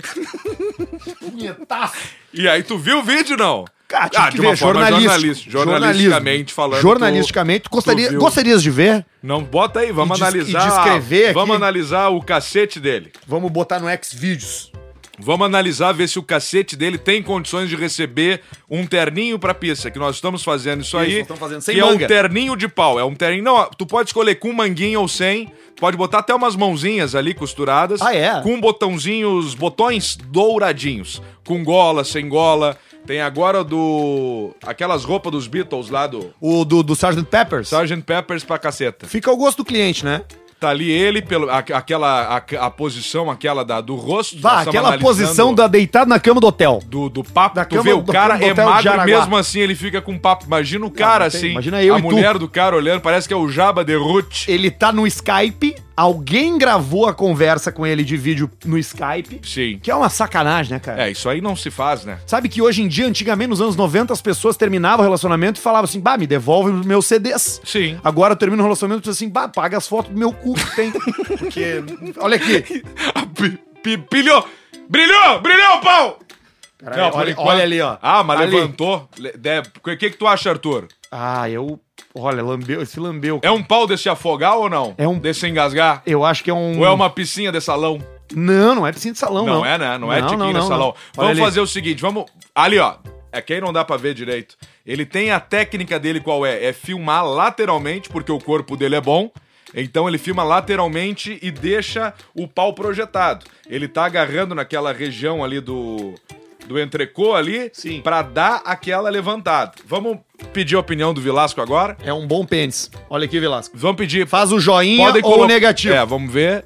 Punhetaço. E aí, tu viu o vídeo, não? Cara, tinha Ah, que de uma ver, forma jornalístico. jornalista- jornalisticamente falando, Jornalisticamente, tu gostaria, viu. gostarias de ver? Não, bota aí, vamos E des- analisar. e descrever aqui. Vamos analisar o cacete dele. Vamos botar no Xvideos. Vamos analisar, ver se o cacete dele tem condições de receber um terninho pra pista, que nós estamos fazendo isso, Isso, aí. nós estamos fazendo sem que manga. é um terninho de pau. É um terninho. Não, tu pode escolher com manguinha ou sem. Pode botar até umas mãozinhas ali costuradas. Ah, é? Com botãozinhos, botões douradinhos. Com gola, sem gola. Tem agora do. Aquelas roupas dos Beatles lá do. O do, do sergeant Peppers. sergeant Peppers pra caceta. Fica ao gosto do cliente, né? Tá ali ele, pelo, a, aquela, a, a posição aquela da, do rosto. Vá, nós estamos aquela analisando posição da deitado na cama do hotel. Do, do papo, Da tu cama- vê, o do cara cama do é hotel de magro, Jaraguá. mesmo assim ele fica com papo. Imagina o cara não tem, assim, imagina eu a e tu. mulher do cara olhando, parece que é o Jabba de Ruth. Ele tá no Skype, alguém gravou a conversa com ele de vídeo no Skype. Sim. Que é uma sacanagem, né, cara? É, isso aí não se faz, né? Sabe que hoje em dia, antigamente, nos anos noventa, as pessoas terminavam o relacionamento e falavam assim, bah, me devolve os meus C Ds. Sim. Agora eu termino o relacionamento e diz assim, bah, paga as fotos do meu cu que tem. Porque, olha aqui. Pi- pi- Pilhou! Brilhou! Brilhou o pau! Caralho, por olha, enquanto- olha ali, ó. Ah, mas Ali. levantou. Le- de- O que, que tu acha, Arthur? Ah, eu... Olha, lambeu, esse lambeu. É um pau desse afogar ou não? É um- Desse engasgar? Eu acho que é um... Ou é uma piscinha de salão? Não, não é piscina de salão, não. Não, é, né? Não, é tiquinho de não, salão. não. Vamos Olha fazer o seguinte, vamos... Ali, ó. É que aí não dá pra ver direito. Ele tem a técnica dele qual é? É filmar lateralmente, porque o corpo dele é bom. Então ele filma lateralmente e deixa o pau projetado. Ele tá agarrando naquela região ali do... Do entrecô ali, Sim. pra dar aquela levantada. Vamos pedir a opinião do Vilasco agora? É um bom pênis. Olha aqui, Velasco. Vamos pedir... Faz o joinha Podem ou colo- o negativo. É, vamos ver.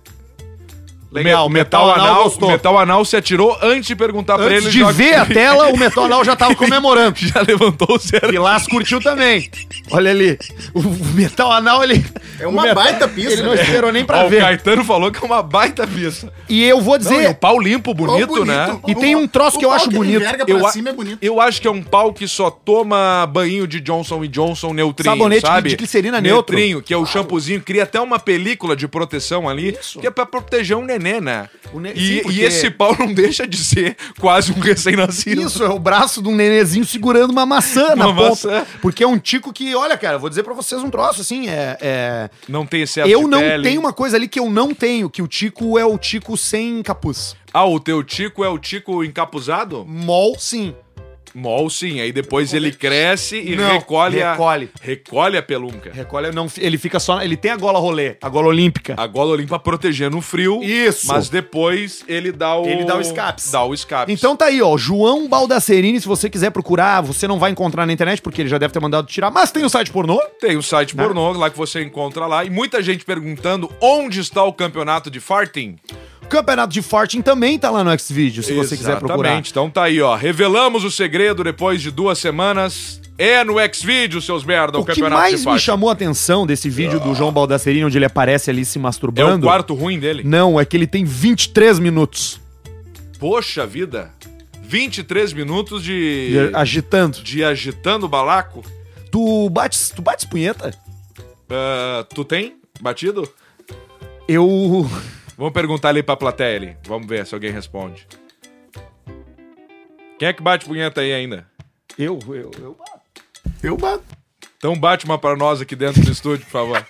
Legal, o metal, metal anal anal, gostou. o metal anal se atirou antes de perguntar pra Antes ele. de já- ver a tela, o Metal Anal já tava comemorando. Já levantou o zero. Vilas curtiu também. Olha ali. O Metal Anal, ele... É uma o metal- baita pista, Ele não né? esperou nem pra Ó, o ver. Caetano falou que é uma baita pista. E eu vou Não, e dizer... o pau limpo, bonito, Bonito. né? E tem um troço O que eu pau acho ele bonito. enverga pra Eu, a- cima é bonito. eu acho que é um pau que só toma banho de Johnson e Johnson neutrinho, Sabonete sabe? de glicerina neutro. Neutrinho, que é o shampoozinho. Cria até uma película de proteção ali, Isso. que é pra proteger um nenê, né? O ne- E, Sim, e porque- esse pau não deixa de ser quase um recém-nascido. Isso, é o braço de um nenezinho segurando uma maçã na Uma ponta. maçã. Porque é um tico que, olha, cara, vou dizer pra vocês um troço, assim, é... é- Não tem excesso Eu de não pele. tenho uma coisa ali que eu não tenho, que o tico é o tico sem capuz. Ah, o teu tico é o tico encapuzado? Mol, sim. Mol, sim. Aí depois ele cresce e Não, recolhe a... recolhe. Recolhe a pelunca. Recolhe, não, ele fica só... Ele tem a gola rolê, a gola olímpica. A gola olímpica protegendo o frio. Isso. Mas depois ele dá o... Ele dá o escapes. Dá o escape. Então tá aí, ó, João Baldacerini, se você quiser procurar, você não vai encontrar na internet, porque ele já deve ter mandado tirar, mas tem o site pornô. Tem o site pornô lá que você encontra lá. E muita gente perguntando onde está o campeonato de farting. O campeonato de farting também tá lá no Xvideos, se você quiser procurar. Exatamente. Então tá aí, ó. Revelamos o segredo depois de duas semanas. É no Xvideos, seus merda, o, O que campeonato mais de me farting. chamou a atenção desse vídeo do João Baldacerini, onde ele aparece ali se É o masturbando... quarto ruim dele. Não, é que ele tem vinte e três minutos Poxa vida. vinte e três minutos de... de- agitando. de agitando o balaco. Tu bates, tu bates punheta? Ah, tu tem batido? Eu... Vamos perguntar ali pra plateia ali. Vamos ver se alguém responde. Quem é que bate punheta aí ainda? Eu, eu, eu bato. Eu bato. Então bate uma pra nós aqui dentro do estúdio, por favor.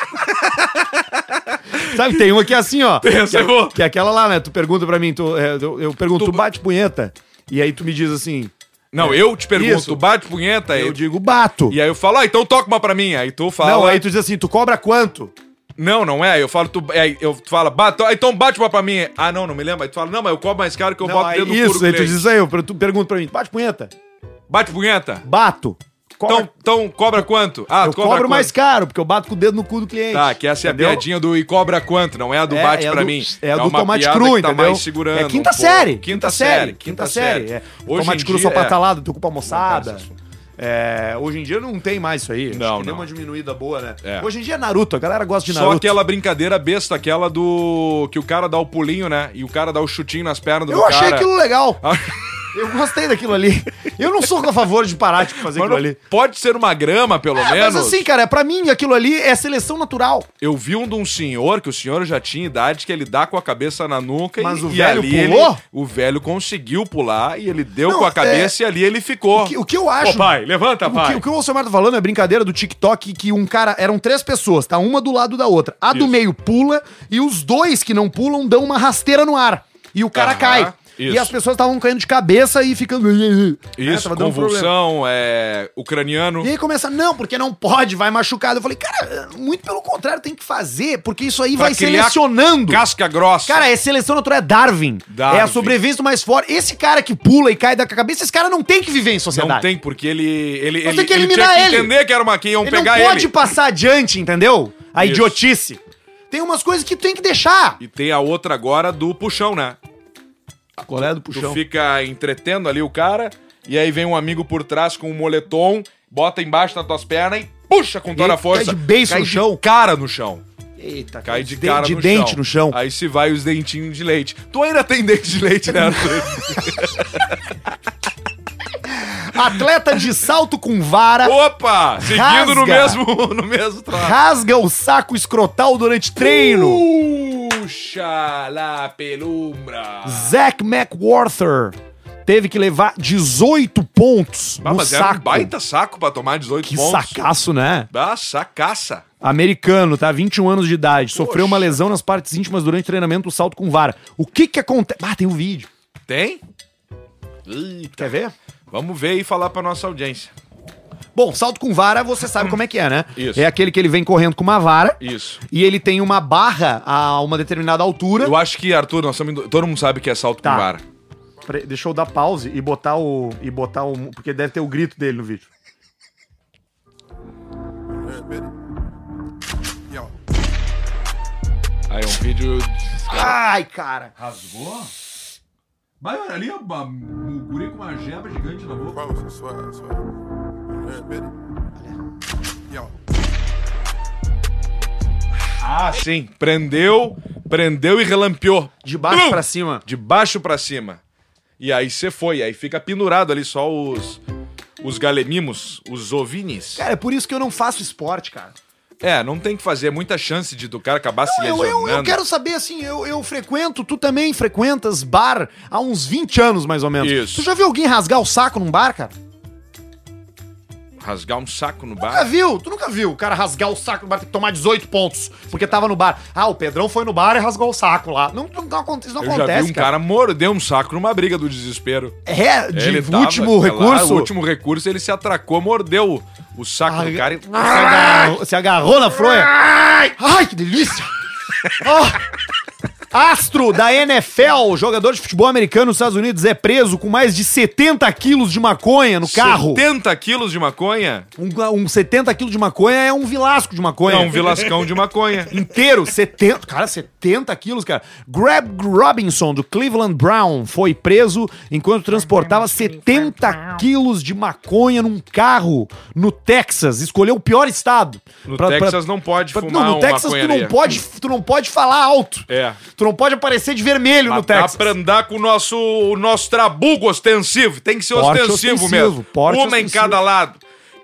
Sabe, tem uma que é assim, ó. Tem essa que, é boa. que é aquela lá, né? Tu pergunta pra mim, tu, é, eu, eu pergunto, Tu- tu bate punheta? E aí tu me diz assim... Não, eu te pergunto, Isso. tu bate punheta aí? Eu digo, bato. E aí eu falo, ah, então toca uma pra mim. Aí tu fala... Não, aí tu diz assim, tu cobra quanto? Não, não é. Eu falo, tu, aí eu tu fala, bate, então bate uma pra mim. Ah, não, não me lembro. Aí tu fala, não, mas eu cobro mais caro que eu Não, boto aí, dentro do isso, furo aí tu cliente. diz aí, eu, tu pergunta pra mim, tu bate punheta? Bate punheta? Bato. Cobra, Então, então cobra quanto? Ah, eu tu cobra cobro quanto? mais caro, porque eu bato com o dedo no cu do cliente. Tá, que essa é a entendeu? piadinha do e cobra quanto, não é a do É, bate é pra do- mim. é a do uma tomate piada cru, que tá entendeu? mais segurando É quinta um pouco. série. Quinta série, quinta série. É. Hoje Tomate em cru dia, só pra é. talada, tu culpa almoçada. Acontece. É, hoje em dia não tem mais isso aí. Acho Não, que deu não. uma diminuída boa, né? É. Hoje em dia é Naruto, a galera gosta de Só Naruto. aquela brincadeira besta, aquela do... que o cara dá o pulinho, né? E o cara dá o chutinho nas pernas do Eu cara. achei aquilo legal. Ah, Eu gostei daquilo ali. Eu não sou a favor de parar de fazer mano, aquilo ali. pode ser uma grama, pelo É, menos. mas assim, cara, pra mim aquilo ali é seleção natural. Eu vi um de um senhor, que o senhor já tinha idade, que ele dá com a cabeça na nuca Mas e, o e velho ali ele- pulou? o velho conseguiu pular e ele deu Não, com a cabeça e ali ele ficou. O que, o que eu acho... Ô, pai, levanta, O pai. que, o que o Alcemar tá falando é brincadeira do TikTok que um cara... Eram três pessoas, tá? Uma do lado da outra. A do Isso. meio pula e os dois que não pulam dão uma rasteira no ar. E o cara Aham, cai. isso. E as pessoas estavam caindo de cabeça e ficando... Isso, tava dando problema. convulsão, é, ucraniano. E aí começa, não, porque não pode, vai machucado. Eu falei, cara, muito pelo contrário, tem que fazer, porque isso aí Pra vai criar selecionando. Casca grossa. Cara, é seleção natural, é Darwin. Darwin. É a sobrevivência do mais forte. Esse cara que pula e cai da cabeça, esse cara não tem que viver em sociedade. não tem, porque ele. Ele, Nós ele, tem que ele eliminar tinha que ele. entender que era uma que iam Ele pegar não pode ele. passar adiante, entendeu? A Isso. idiotice. Tem umas coisas que tu tem que deixar. E tem a outra agora do puxão, né? Qual é do Tu fica entretendo ali o cara, e aí vem um amigo por trás com um moletom, bota embaixo das tuas pernas e puxa com toda E a força. cai de beiço no de chão. cara no chão. Eita, Cai de de, cara de no dente chão. no chão. Aí se vai os dentinhos de leite. Tu ainda tem dente de leite, né, Arthur? Atleta de salto com vara Opa! Seguindo Rasga. no mesmo, no mesmo traço. rasga o saco escrotal durante treino. Puxa la pelumbra. Zach McWhorter teve que levar dezoito pontos Ah, no mas era um saco. baita saco pra tomar dezoito Que pontos. sacaço, né? Ah, sacaça. Americano, tá? vinte e um anos de idade. Sofreu Poxa. uma lesão nas partes íntimas durante o treinamento do salto com vara. O que que acontece? Ah, tem um vídeo. Tem? Quer ver? Vamos ver e falar pra nossa audiência. Bom, salto com vara, você sabe como é que é, né? Isso. É aquele que ele vem correndo com uma vara Isso. e ele tem uma barra a uma determinada altura. Eu acho que, Arthur, nós estamos indo- todo mundo sabe que é salto Tá. com vara. Pre- Deixa eu dar pause e botar o. E botar o. Porque deve ter o grito dele no vídeo. Aí é um vídeo... Ai, cara! Rasgou? Vai, olha ali, o guri com uma geba gigante na boca. Close, swear, swear. Ready? Yo. Ah, sim. Prendeu, prendeu e relampeou. De baixo Blum! pra cima. De baixo pra cima. E aí você foi, aí fica pendurado ali só os... Os galemimos, os ovinis. Cara, é por isso que eu não faço esporte, cara. É, não tem que fazer, é muita chance de do cara acabar se Eu, lesionando. eu, eu quero saber, assim, eu, eu frequento, tu também frequentas bar há uns vinte anos, mais ou menos. Isso. Tu já viu alguém rasgar o saco num bar, cara? Rasgar um saco no Nunca bar. viu? Tu nunca viu o cara rasgar o saco no bar, tem que tomar dezoito pontos, porque tava no bar. Ah, o Pedrão foi no bar e rasgou o saco lá. Não, não, não acontece, não Eu acontece, já vi um cara morder um saco numa briga do desespero. É, de Ele tava último lá, recurso. o último recurso, ele se atracou, mordeu o saco Ah, do cara e... se, agarrou, se agarrou na fronha. Ai, que delícia! Ah! Astro da N F L, jogador de futebol americano nos Estados Unidos, é preso com mais de setenta quilos de maconha no carro. setenta quilos de maconha? Um, um setenta quilos de maconha é um vilasco de maconha. É um vilascão de maconha. Inteiro, setenta, cara, setenta quilos, cara. Greg Robinson, do Cleveland Brown, foi preso enquanto transportava setenta quilos de maconha num carro no Texas. Escolheu o pior estado. No Texas não pode pra- fumar Não, no um Texas tu maconharia. não, pode, tu não pode falar alto. É. Tu não pode aparecer de vermelho no Mas dá Texas. pra andar com o nosso, o nosso trabugo ostensivo. Tem que ser Porte ostensivo, ostensivo, mesmo. porte Uma ostensivo. em cada lado.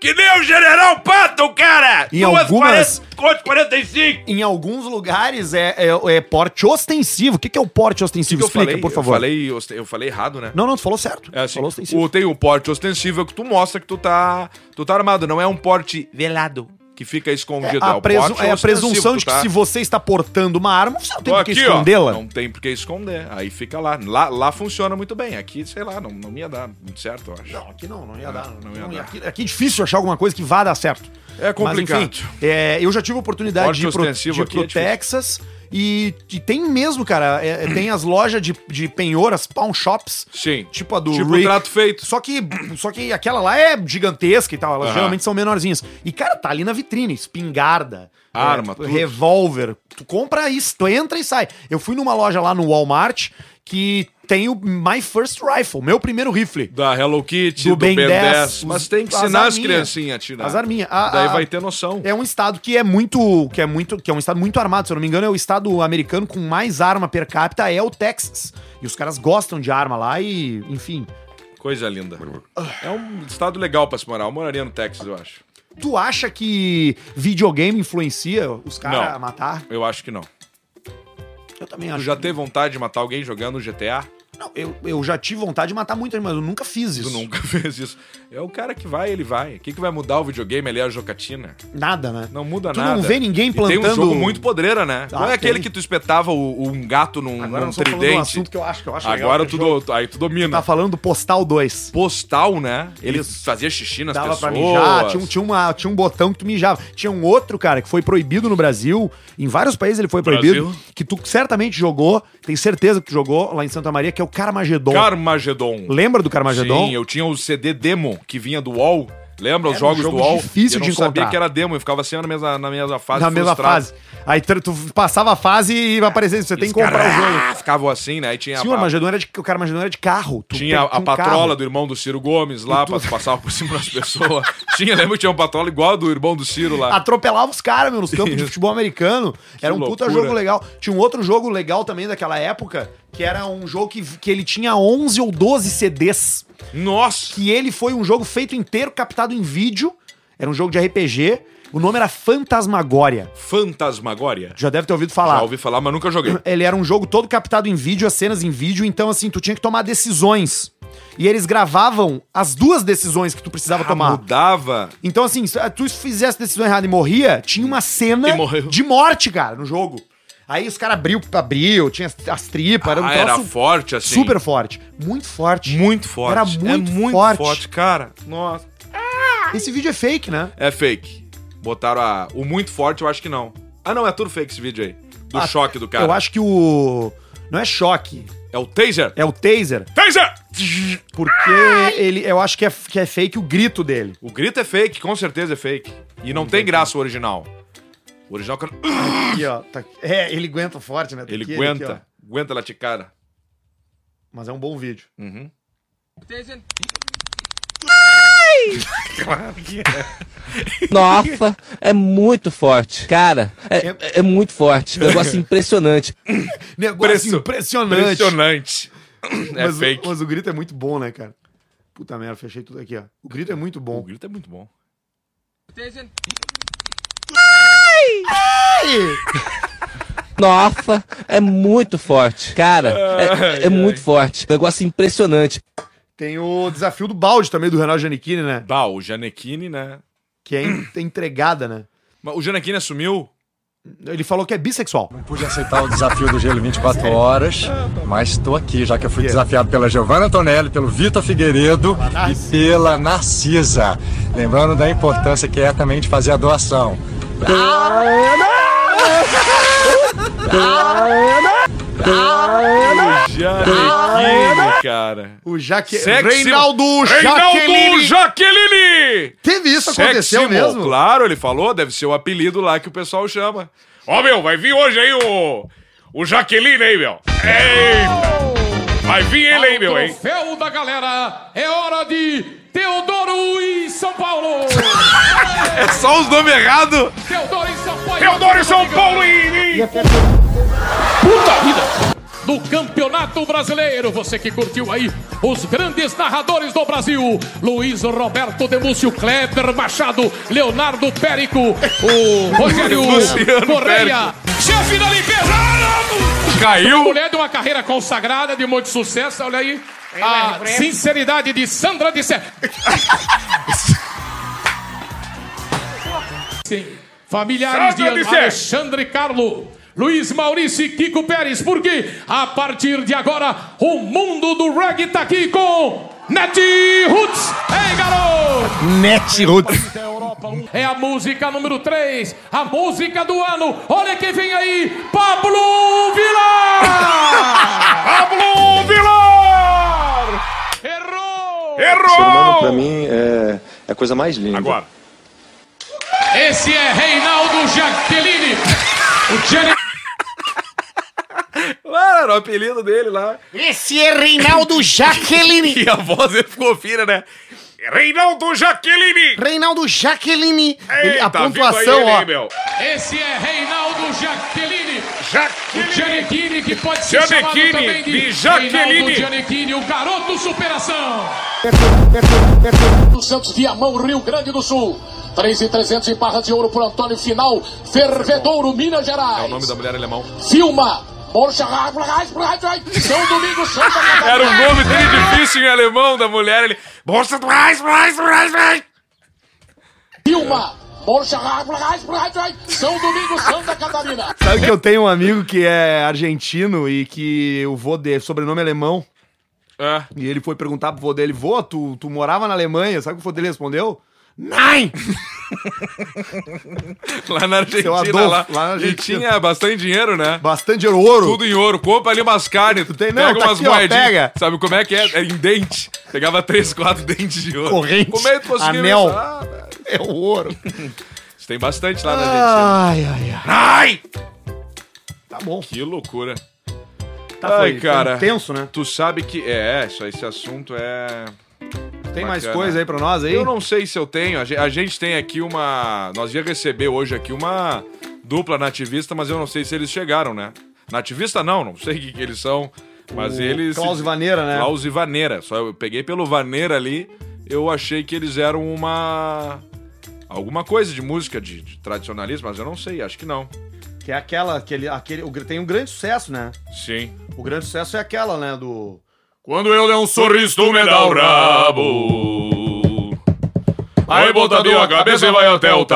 Que nem o General Patton, cara! Em algumas- quarenta, quarenta e cinco! Em alguns lugares é, é, é porte ostensivo. O que, que é o porte O que ostensivo? que eu Explica, falei? por favor. Eu falei, osten- eu falei errado, né? Não, não, tu falou certo. É assim, falou ostensivo. o, tem o porte ostensivo é que tu mostra que tu tá, tu tá armado, não é um porte velado que fica escondido. É a, o presu- porte é a ostensivo, presunção tu de que tá- se você está portando uma arma, você não tem Tô por que aqui, ó, escondê-la. não tem por que esconder. Aí fica lá. lá. Lá funciona muito bem. Aqui, sei lá, não, não ia dar muito certo, eu acho. Não, aqui não, não ia dar. não Não, ia dar. Aqui, aqui é difícil achar alguma coisa que vá dar certo. É complicado. Mas, enfim, é, eu já tive a oportunidade Porte de ir pro, ostensivo de ir aqui pro é difícil. Texas e, e tem mesmo, cara, é, é, tem as lojas de, de penhor, as pawn shops, Sim. tipo a do Tipo Rick. trato feito. Só que, só que aquela lá é gigantesca e tal, elas Aham. geralmente são menorzinhas. E, cara, tá ali na vitrine, espingarda, Arma, é, tudo. revólver. Tu compra isso, tu entra e sai. Eu fui numa loja lá no Walmart que tem o My First Rifle, meu primeiro rifle. Da Hello Kitty, Do do, Ben Ben dez, dez. Mas os- tem que as ensinar as arminhas. criancinhas a tirar. As arminhas. A- Daí a- vai ter noção. É um estado que é muito, que é muito, que é um estado muito armado, se eu não me engano, é o estado americano com mais arma per capita é o Texas. E os caras gostam de arma lá e, enfim. Coisa linda. É um estado legal pra se morar. Eu moraria no Texas, eu acho. Tu acha que videogame influencia os caras Não. a matar? Eu acho que não. Eu também Tu acho. já que- teve vontade de matar alguém jogando G T A? Não, eu, eu já tive vontade de matar muito, mas eu nunca fiz isso. Tu nunca fez isso. É o cara que vai, ele vai. O que, que vai mudar o videogame ali? É a jocatina. Nada, né? Não muda Tu nada. não vê ninguém E tem um plantando- jogo muito podreira, né? Ah, Qual é aquele tem. que tu espetava o- um gato num, Agora num nós estamos falando de um tridente? assunto que eu acho que eu acho legal Agora aquele tu, jogo. do, aí tu domina. Tá falando do Postal dois. Postal, né? Ele Isso. fazia xixi nas Dava pessoas. pra mijar, tinha um, tinha, uma, tinha um botão que tu mijava. Tinha um outro, cara, que foi proibido no Brasil. Em vários países ele foi proibido. Brasil? Que tu certamente jogou, tenho certeza que tu jogou lá em Santa Maria, que é o Carmageddon. Carmageddon. Lembra do Carmageddon? Sim, eu tinha o C D demo que vinha do U O L. Lembra os Era um jogos jogo do U O L? difícil eu de não sabia encontrar. que era demo, eu ficava assim na mesma, na mesma fase. Na mesma frustrado. fase. Aí tu, tu passava a fase e vai aparecer, você tem que comprar o jogo. Ah, ficavam assim, né? Aí tinha Sim, o a, Armagedon era de, o Carmageddon era de carro. Tu tinha tem- a um patrola carro. do irmão do Ciro Gomes lá, pra passar por cima das pessoas. tinha, lembra que tinha uma patrola igual a do irmão do Ciro lá. Atropelava os caras, meu, nos campos de futebol americano. Era um puta loucura. jogo legal. Tinha um outro jogo legal também daquela época, que era um jogo que, que ele tinha onze ou doze C Ds. Nossa! Que ele foi um jogo feito inteiro, captado em vídeo. Era um jogo de R P G. O nome era Fantasmagória. Fantasmagória. Já deve ter ouvido falar. Já ouvi falar, mas nunca joguei. Ele era um jogo todo captado em vídeo, as cenas em vídeo, então assim, tu tinha que tomar decisões. E eles gravavam as duas decisões que tu precisava Ah, tomar. mudava. Então assim, se tu fizesse a decisão errada e morria, tinha uma cena E morreu. de morte, cara, no jogo. Aí os caras abriu, abriu, tinha as, as tripas, era um Ah, troço era forte assim. super forte. Muito forte. Muito forte. Era muito é muito forte. forte. cara. Nossa. Esse vídeo é fake, né? É fake. Botaram a... o muito forte, eu acho que não. Ah, não, é tudo fake esse vídeo aí. Do Ah, choque do cara. Eu acho que o... Não é choque, É o taser. é o taser. Taser! Porque ele, eu acho que é, que é fake o grito dele. O grito é fake, com certeza é fake. E não tem graça o original. O original, cara... Aqui, ó. Tá- é, ele aguenta forte, né? Tá ele aqui, aguenta. aqui, ó. aguenta laticara. Mas é um bom vídeo. Uhum. Nossa, é muito forte. Cara, é, é- é muito forte. Negócio impressionante. Negócio Preço- impressionante. Impressionante. É mas, fake. O, mas o grito é muito bom, né, cara? Puta merda, fechei tudo aqui, ó. O grito é muito O bom. grito é muito bom. Nossa, é muito forte. Cara, é, é muito forte. Negócio impressionante. Tem o desafio do balde também, do Renato Giannichini, né? Bah, o Giannichini, né? Que é en- é entregada, né? Mas o Giannichini assumiu... Ele falou que é bissexual. Pude aceitar o desafio do Gelo vinte e quatro horas, mas estou aqui, já que eu fui desafiado pela Giovanna Antonelli, pelo Vitor Figueiredo e pela Narcisa. Lembrando da importância que é também de fazer a doação. Giannichini, cara. O Jaque... Sexy- Reinaldo Reinaldo Jaqueline. Jaqueline! Teve isso, aconteceu Sexy mesmo? Mo, claro, ele falou, deve ser o apelido lá que o pessoal chama. Ó, meu, vai vir hoje aí o... O Jaqueline aí, meu. Eita! Vai vir ele aí, meu, hein? Troféu da galera, é hora de Teodoro e São Paulo! É só os nomes errados. Teodoro e São Paulo! Teodoro e São Paulo e... Puta vida! do Campeonato Brasileiro. Você que curtiu aí os grandes narradores do Brasil: Luiz Roberto Demúcio, Kleber Machado, Leonardo Périco, o Rogério Correia, chefe da limpeza. Caiu. Mulher de uma carreira consagrada, de muito sucesso. Olha aí a sinceridade de Sandra de Sé. Sim. Familiares Sandra de de Sé. Alexandre Carlo, Luiz Maurício e Kiko Pérez, porque a partir de agora o mundo do reggae tá aqui com Net Roots. Ei, garoto! Net Roots. É a música número três, a música do ano. Olha quem vem aí, Pablo Vilar! Pablo Vilar! Errou! Errou! Ser humano, pra mim, é, é a coisa mais linda. Agora. Esse é Reinaldo Jaqueline. O Jenny... Lá era o apelido dele lá. Esse é Reinaldo Jaqueline. E a voz dele ficou fina, né? Reinaldo Jaqueline! Reinaldo Jaqueline. Ele- a Eita, pontuação, vindo aí, ó. hein, meu? Esse é Reinaldo Jaqueline. Jaqueline! O Giannichini, que pode ser chamado Giannichini, também de, de Jaqueline. Reinaldo Giannichini, o garoto superação. Do Santos, Viamão, Rio Grande do Sul. três mil e trezentos em barra de ouro por Antônio Final, Fervedouro, Minas Gerais. É o nome da mulher alemão. Filma. São Domingos, Santa Catarina. Era um nome dele difícil em alemão da mulher. Ele. Bolsa do Reis, Reis, Reis, Reis. Filma. São Domingos, Santa Catarina. Sabe que eu tenho um amigo que é argentino e que o vô dele, sobrenome é alemão. É. E ele foi perguntar pro vô dele: vô, tu, tu morava na Alemanha? Sabe o que o vô dele respondeu? Nein! Lá na Argentina, Seu Adolfo, lá, lá na e Argentina. tinha bastante dinheiro, né? Bastante ouro. Tudo em ouro. Compra ali umas carnes, tem- não, pega tá umas aqui, ó, moedinhas. pega. Sabe como é que é? É em dente. Pegava três, quatro dentes de ouro. Corrente, Como é que tu conseguiu anel. isso? Ah, velho. É o ouro. Isso tem bastante lá na Argentina. Ai, ai, ai. Ai! Tá bom. Que loucura. Tá, Ai, foi, cara. foi intenso, né? Tu sabe que... É, isso, esse assunto é... Tem mais Bacana. coisa aí pra nós aí? Eu não sei se eu tenho. A ge- a gente tem aqui uma... Nós ia receber hoje aqui uma dupla nativista, mas eu não sei se eles chegaram, né? Nativista não, não sei o que, que eles são, mas O eles... Klaus e Vaneira, né? Klaus e Vaneira. Só eu peguei pelo Vaneira ali, eu achei que eles eram uma... Alguma coisa de música, de, de tradicionalismo, mas eu não sei, acho que não. Que é aquela, aquele, aquele, o, tem um grande sucesso, né? Sim. O grande sucesso é aquela, né, do... Quando eu der um sorriso, tu me dá o rabo. Aí bota a tua cabeça e vai até o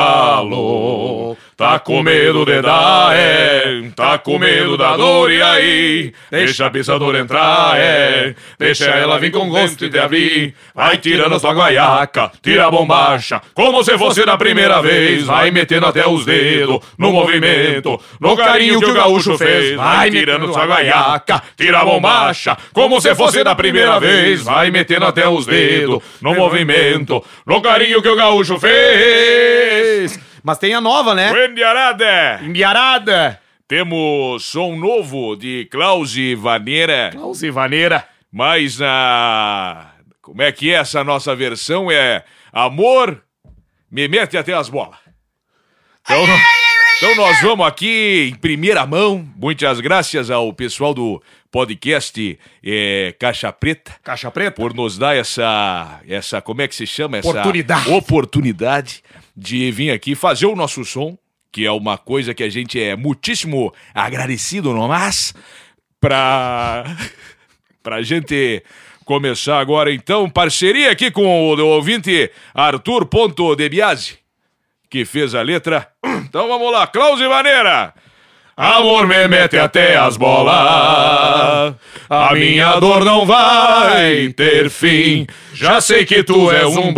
talo. Tá com medo de dar, é. Tá com medo da dor, e aí? Deixa a pisadora entrar, é. Deixa ela vir com gosto e te abrir. Vai tirando a tua guaiaca, tira a bombacha, como se fosse na primeira vez. Vai metendo até os dedos no movimento, no carinho que o gaúcho fez. Vai tirando sua guaiaca, tira a bombacha, como se fosse da primeira vez. Vai metendo até os dedos no movimento, no carinho que o gaúcho fez. Mas tem a nova, né? Buendiarada! Embiarada! Temos som novo de Klaus e Vaneira, Klaus e Vaneira. mas a... Como é que é essa nossa versão? É Amor, me mete até as bolas. Então, então nós vamos aqui em primeira mão. Muitas graças ao pessoal do podcast é, Caixa Preta. Caixa Preta. Por nos dar essa, essa, como é que se chama? Essa Oportunidade. oportunidade de vir aqui fazer o nosso som, que é uma coisa que a gente é muitíssimo agradecido, não mas? Pra, pra gente começar agora, então, parceria aqui com o, o ouvinte Arthur Ponto de Biasi, que fez a letra. Então vamos lá, Klaus e Vaneira. Amor, me mete até as bolas, a minha dor não vai ter fim. Já sei que tu és um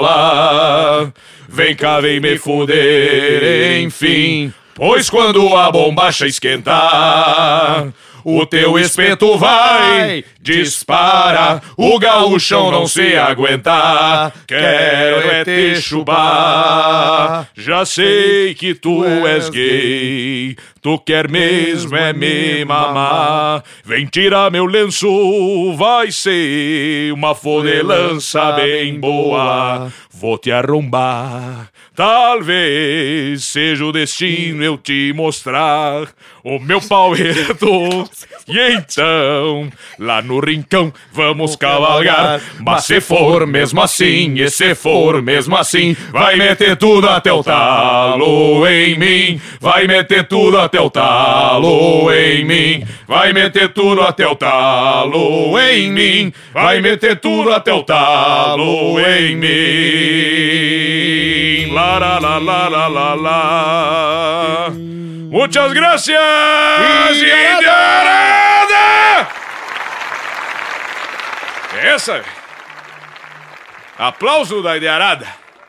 boiola, vem cá, vem me fuder, enfim. Pois quando a bombacha esquentar, o teu espeto vai, dispara, o gaúchão não se aguentar. Quero é te chubar, já sei que tu és gay, tu quer mesmo é me mamar. Vem tirar meu lenço, vai ser uma fodelança bem boa. vou te arrombar. Talvez seja o destino eu te mostrar o meu pau ereto. E então, lá no rincão, vamos cavalgar. Mas se for mesmo assim, e se for mesmo assim, vai meter tudo até o talo em mim. Vai meter tudo até o talo em mim. Vai meter tudo até o talo em mim. Vai meter tudo até o talo em mim. La la la la la la la. Muchas gracias, Indiarada! Essa, velho. Aplauso da Indiarada.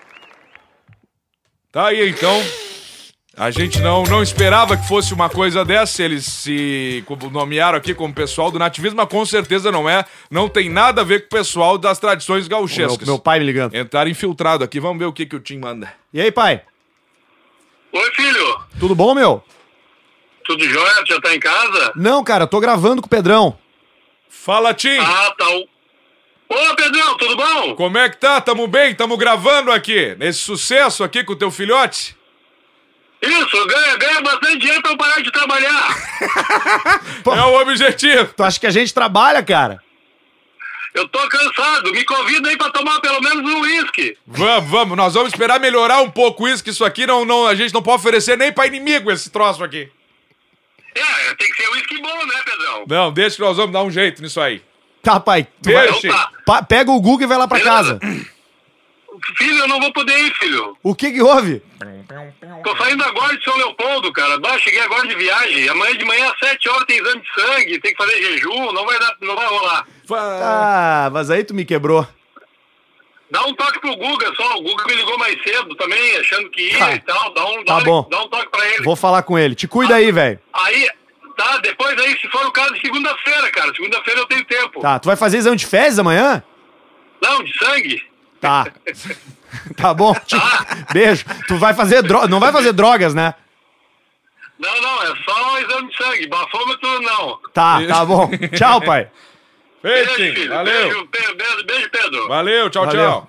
Tá aí, então. A gente não, não esperava que fosse uma coisa dessa. Eles se nomearam aqui como pessoal do nativismo, mas com certeza não é. Não tem nada a ver com o pessoal das tradições gauchescas. Meu, meu pai me ligando. Entraram infiltrado aqui. Vamos ver o que, que o Tim manda. E aí, pai? Oi, filho. Tudo bom, meu? Tudo jóia? Já tá em casa? Não, cara, eu tô gravando com o Pedrão. Fala, Tim. Ah, tá. Ô, Pedrão, tudo bom? Como é que tá? Tamo bem? Tamo gravando aqui. Nesse sucesso aqui com o teu filhote? Isso, ganha, ganha bastante dinheiro pra eu parar de trabalhar. É o objetivo. Tu acha que a gente trabalha, cara? Eu tô cansado. Me convida aí pra tomar pelo menos um uísque. Vamos, vamos. Nós vamos esperar melhorar um pouco isso, que isso aqui não, não, a gente não pode oferecer nem pra inimigo esse troço aqui. É, tem que ser uísque bom, né, Pedrão? Não, deixa que nós vamos dar um jeito nisso aí. Tá, pai. Tu Deixa. vai... Então tá. Pa- Pega o Google e vai lá pra casa. Filho, eu não vou poder ir, filho. O que que houve? Tô saindo agora de São Leopoldo, cara. Bah, cheguei agora de viagem. Amanhã de manhã, às sete horas, tem exame de sangue, tem que fazer jejum, não vai dar, não vai rolar. Ah, mas aí tu me quebrou. Dá um toque pro Guga só. O Guga me ligou mais cedo também, achando que ia Tá. e tal. Dá um, Tá dá, bom. dá um toque pra ele. Vou falar com ele. Te cuida aí, velho. Aí, tá, depois aí, se for o caso, segunda-feira, cara. Segunda-feira eu tenho tempo. Tá, tu vai fazer exame de fezes amanhã? Não, de sangue? Tá. Tá bom. Te- Beijo. Tu vai fazer drogas. Não vai fazer drogas, né? Não, não, é só um exame de sangue. Bafômetro, não. Tá, tá bom. Tchau, pai. Feito, Beijo, Tim. filho. Valeu. Beijo, Pe- beijo, beijo, Pedro. Valeu, tchau, Valeu. tchau.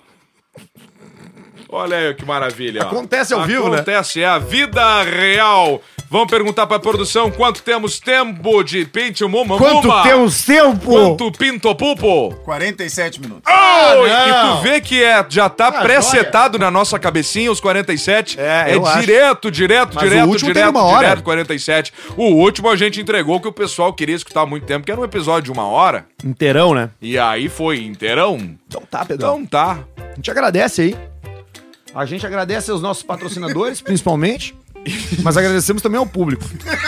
Olha aí que maravilha. ó. Acontece ao vivo, né? Acontece, é a vida real. Vamos perguntar pra produção quanto temos tempo de pinto muma. Quanto muma? temos tempo? Quanto pinto pupo? quarenta e sete minutos. Oh, e não. tu vê que é, já tá Ah, pré-setado na nossa cabecinha os quarenta e sete. É, é eu acho. direto, direto, Mas o direto, último direto, teve uma hora. direto, quarenta e sete. O último a gente entregou que o pessoal queria escutar há muito tempo, que era um episódio de uma hora. Inteirão, né? E aí foi inteirão. Então tá, Pedrão. Então tá. A gente agradece aí. A gente agradece aos nossos patrocinadores, principalmente. Mas agradecemos também ao público.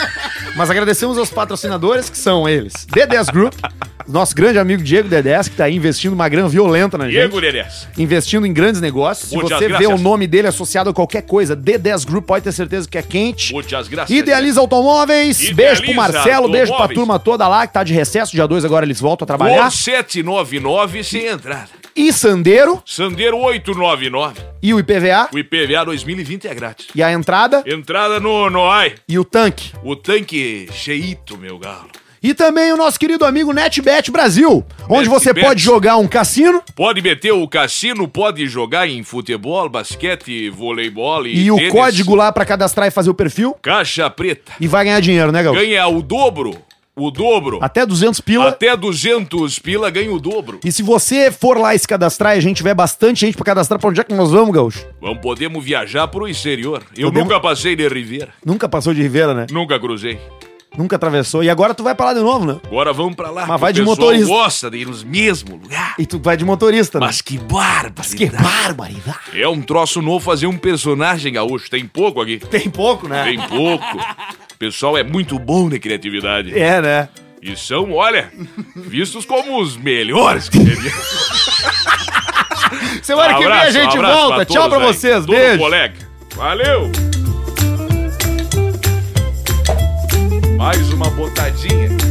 Mas agradecemos aos patrocinadores, que são eles. D dez Group, nosso grande amigo Diego D dez, que tá aí investindo uma grana violenta na gente. Diego Lerés. Investindo em grandes negócios. Se Muitas você vê graças. o nome dele associado a qualquer coisa, D dez Group, pode ter certeza que é quente. Muitas graças. Idealiza Automóveis. Idealiza Beijo pro Marcelo, beijo pra Automóveis. turma toda lá que tá de recesso. Dia dois agora eles voltam a trabalhar. Por sete nove nove sem entrada. E Sandeiro. Sandeiro oito nove nove. E o I P V A. O I P V A dois mil e vinte é grátis. E a entrada. Entrada no, no ai. E o tanque. O tanque cheito, meu galo. E também o nosso querido amigo NetBet Brasil, onde você NetBet. pode jogar um cassino Pode meter o cassino, pode jogar em futebol, basquete, voleibol e e o tênis. código lá pra cadastrar e fazer o perfil. Caixa preta. E vai ganhar dinheiro, né, Gaúcho? Ganha o dobro. O dobro. Até duzentos pila. Até duzentos pila ganha o dobro. E se você for lá e se cadastrar e a gente tiver bastante gente pra cadastrar, pra onde é que nós vamos, Gaúcho? Vamos, podemos viajar pro exterior. Eu Podemos- nunca passei de Riviera. Nunca passou de Ribeira, né? Nunca cruzei. Nunca atravessou. E agora tu vai pra lá de novo, né? Agora vamos pra lá. Mas que vai o de pessoal motorista. gosta de ir nos mesmos lugares. E tu vai de motorista, né? Mas que barbaridade. Que barbaridade. É um troço novo fazer um personagem gaúcho. Tem pouco aqui. Tem pouco, né? Tem pouco. O pessoal é muito bom na criatividade. É, né? E são, olha, vistos como os melhores comediantes. Semana que vem a Abraço, gente abraço volta. Tchau todos pra aí. vocês. Todo Beijo. colega. Valeu. Mais uma botadinha.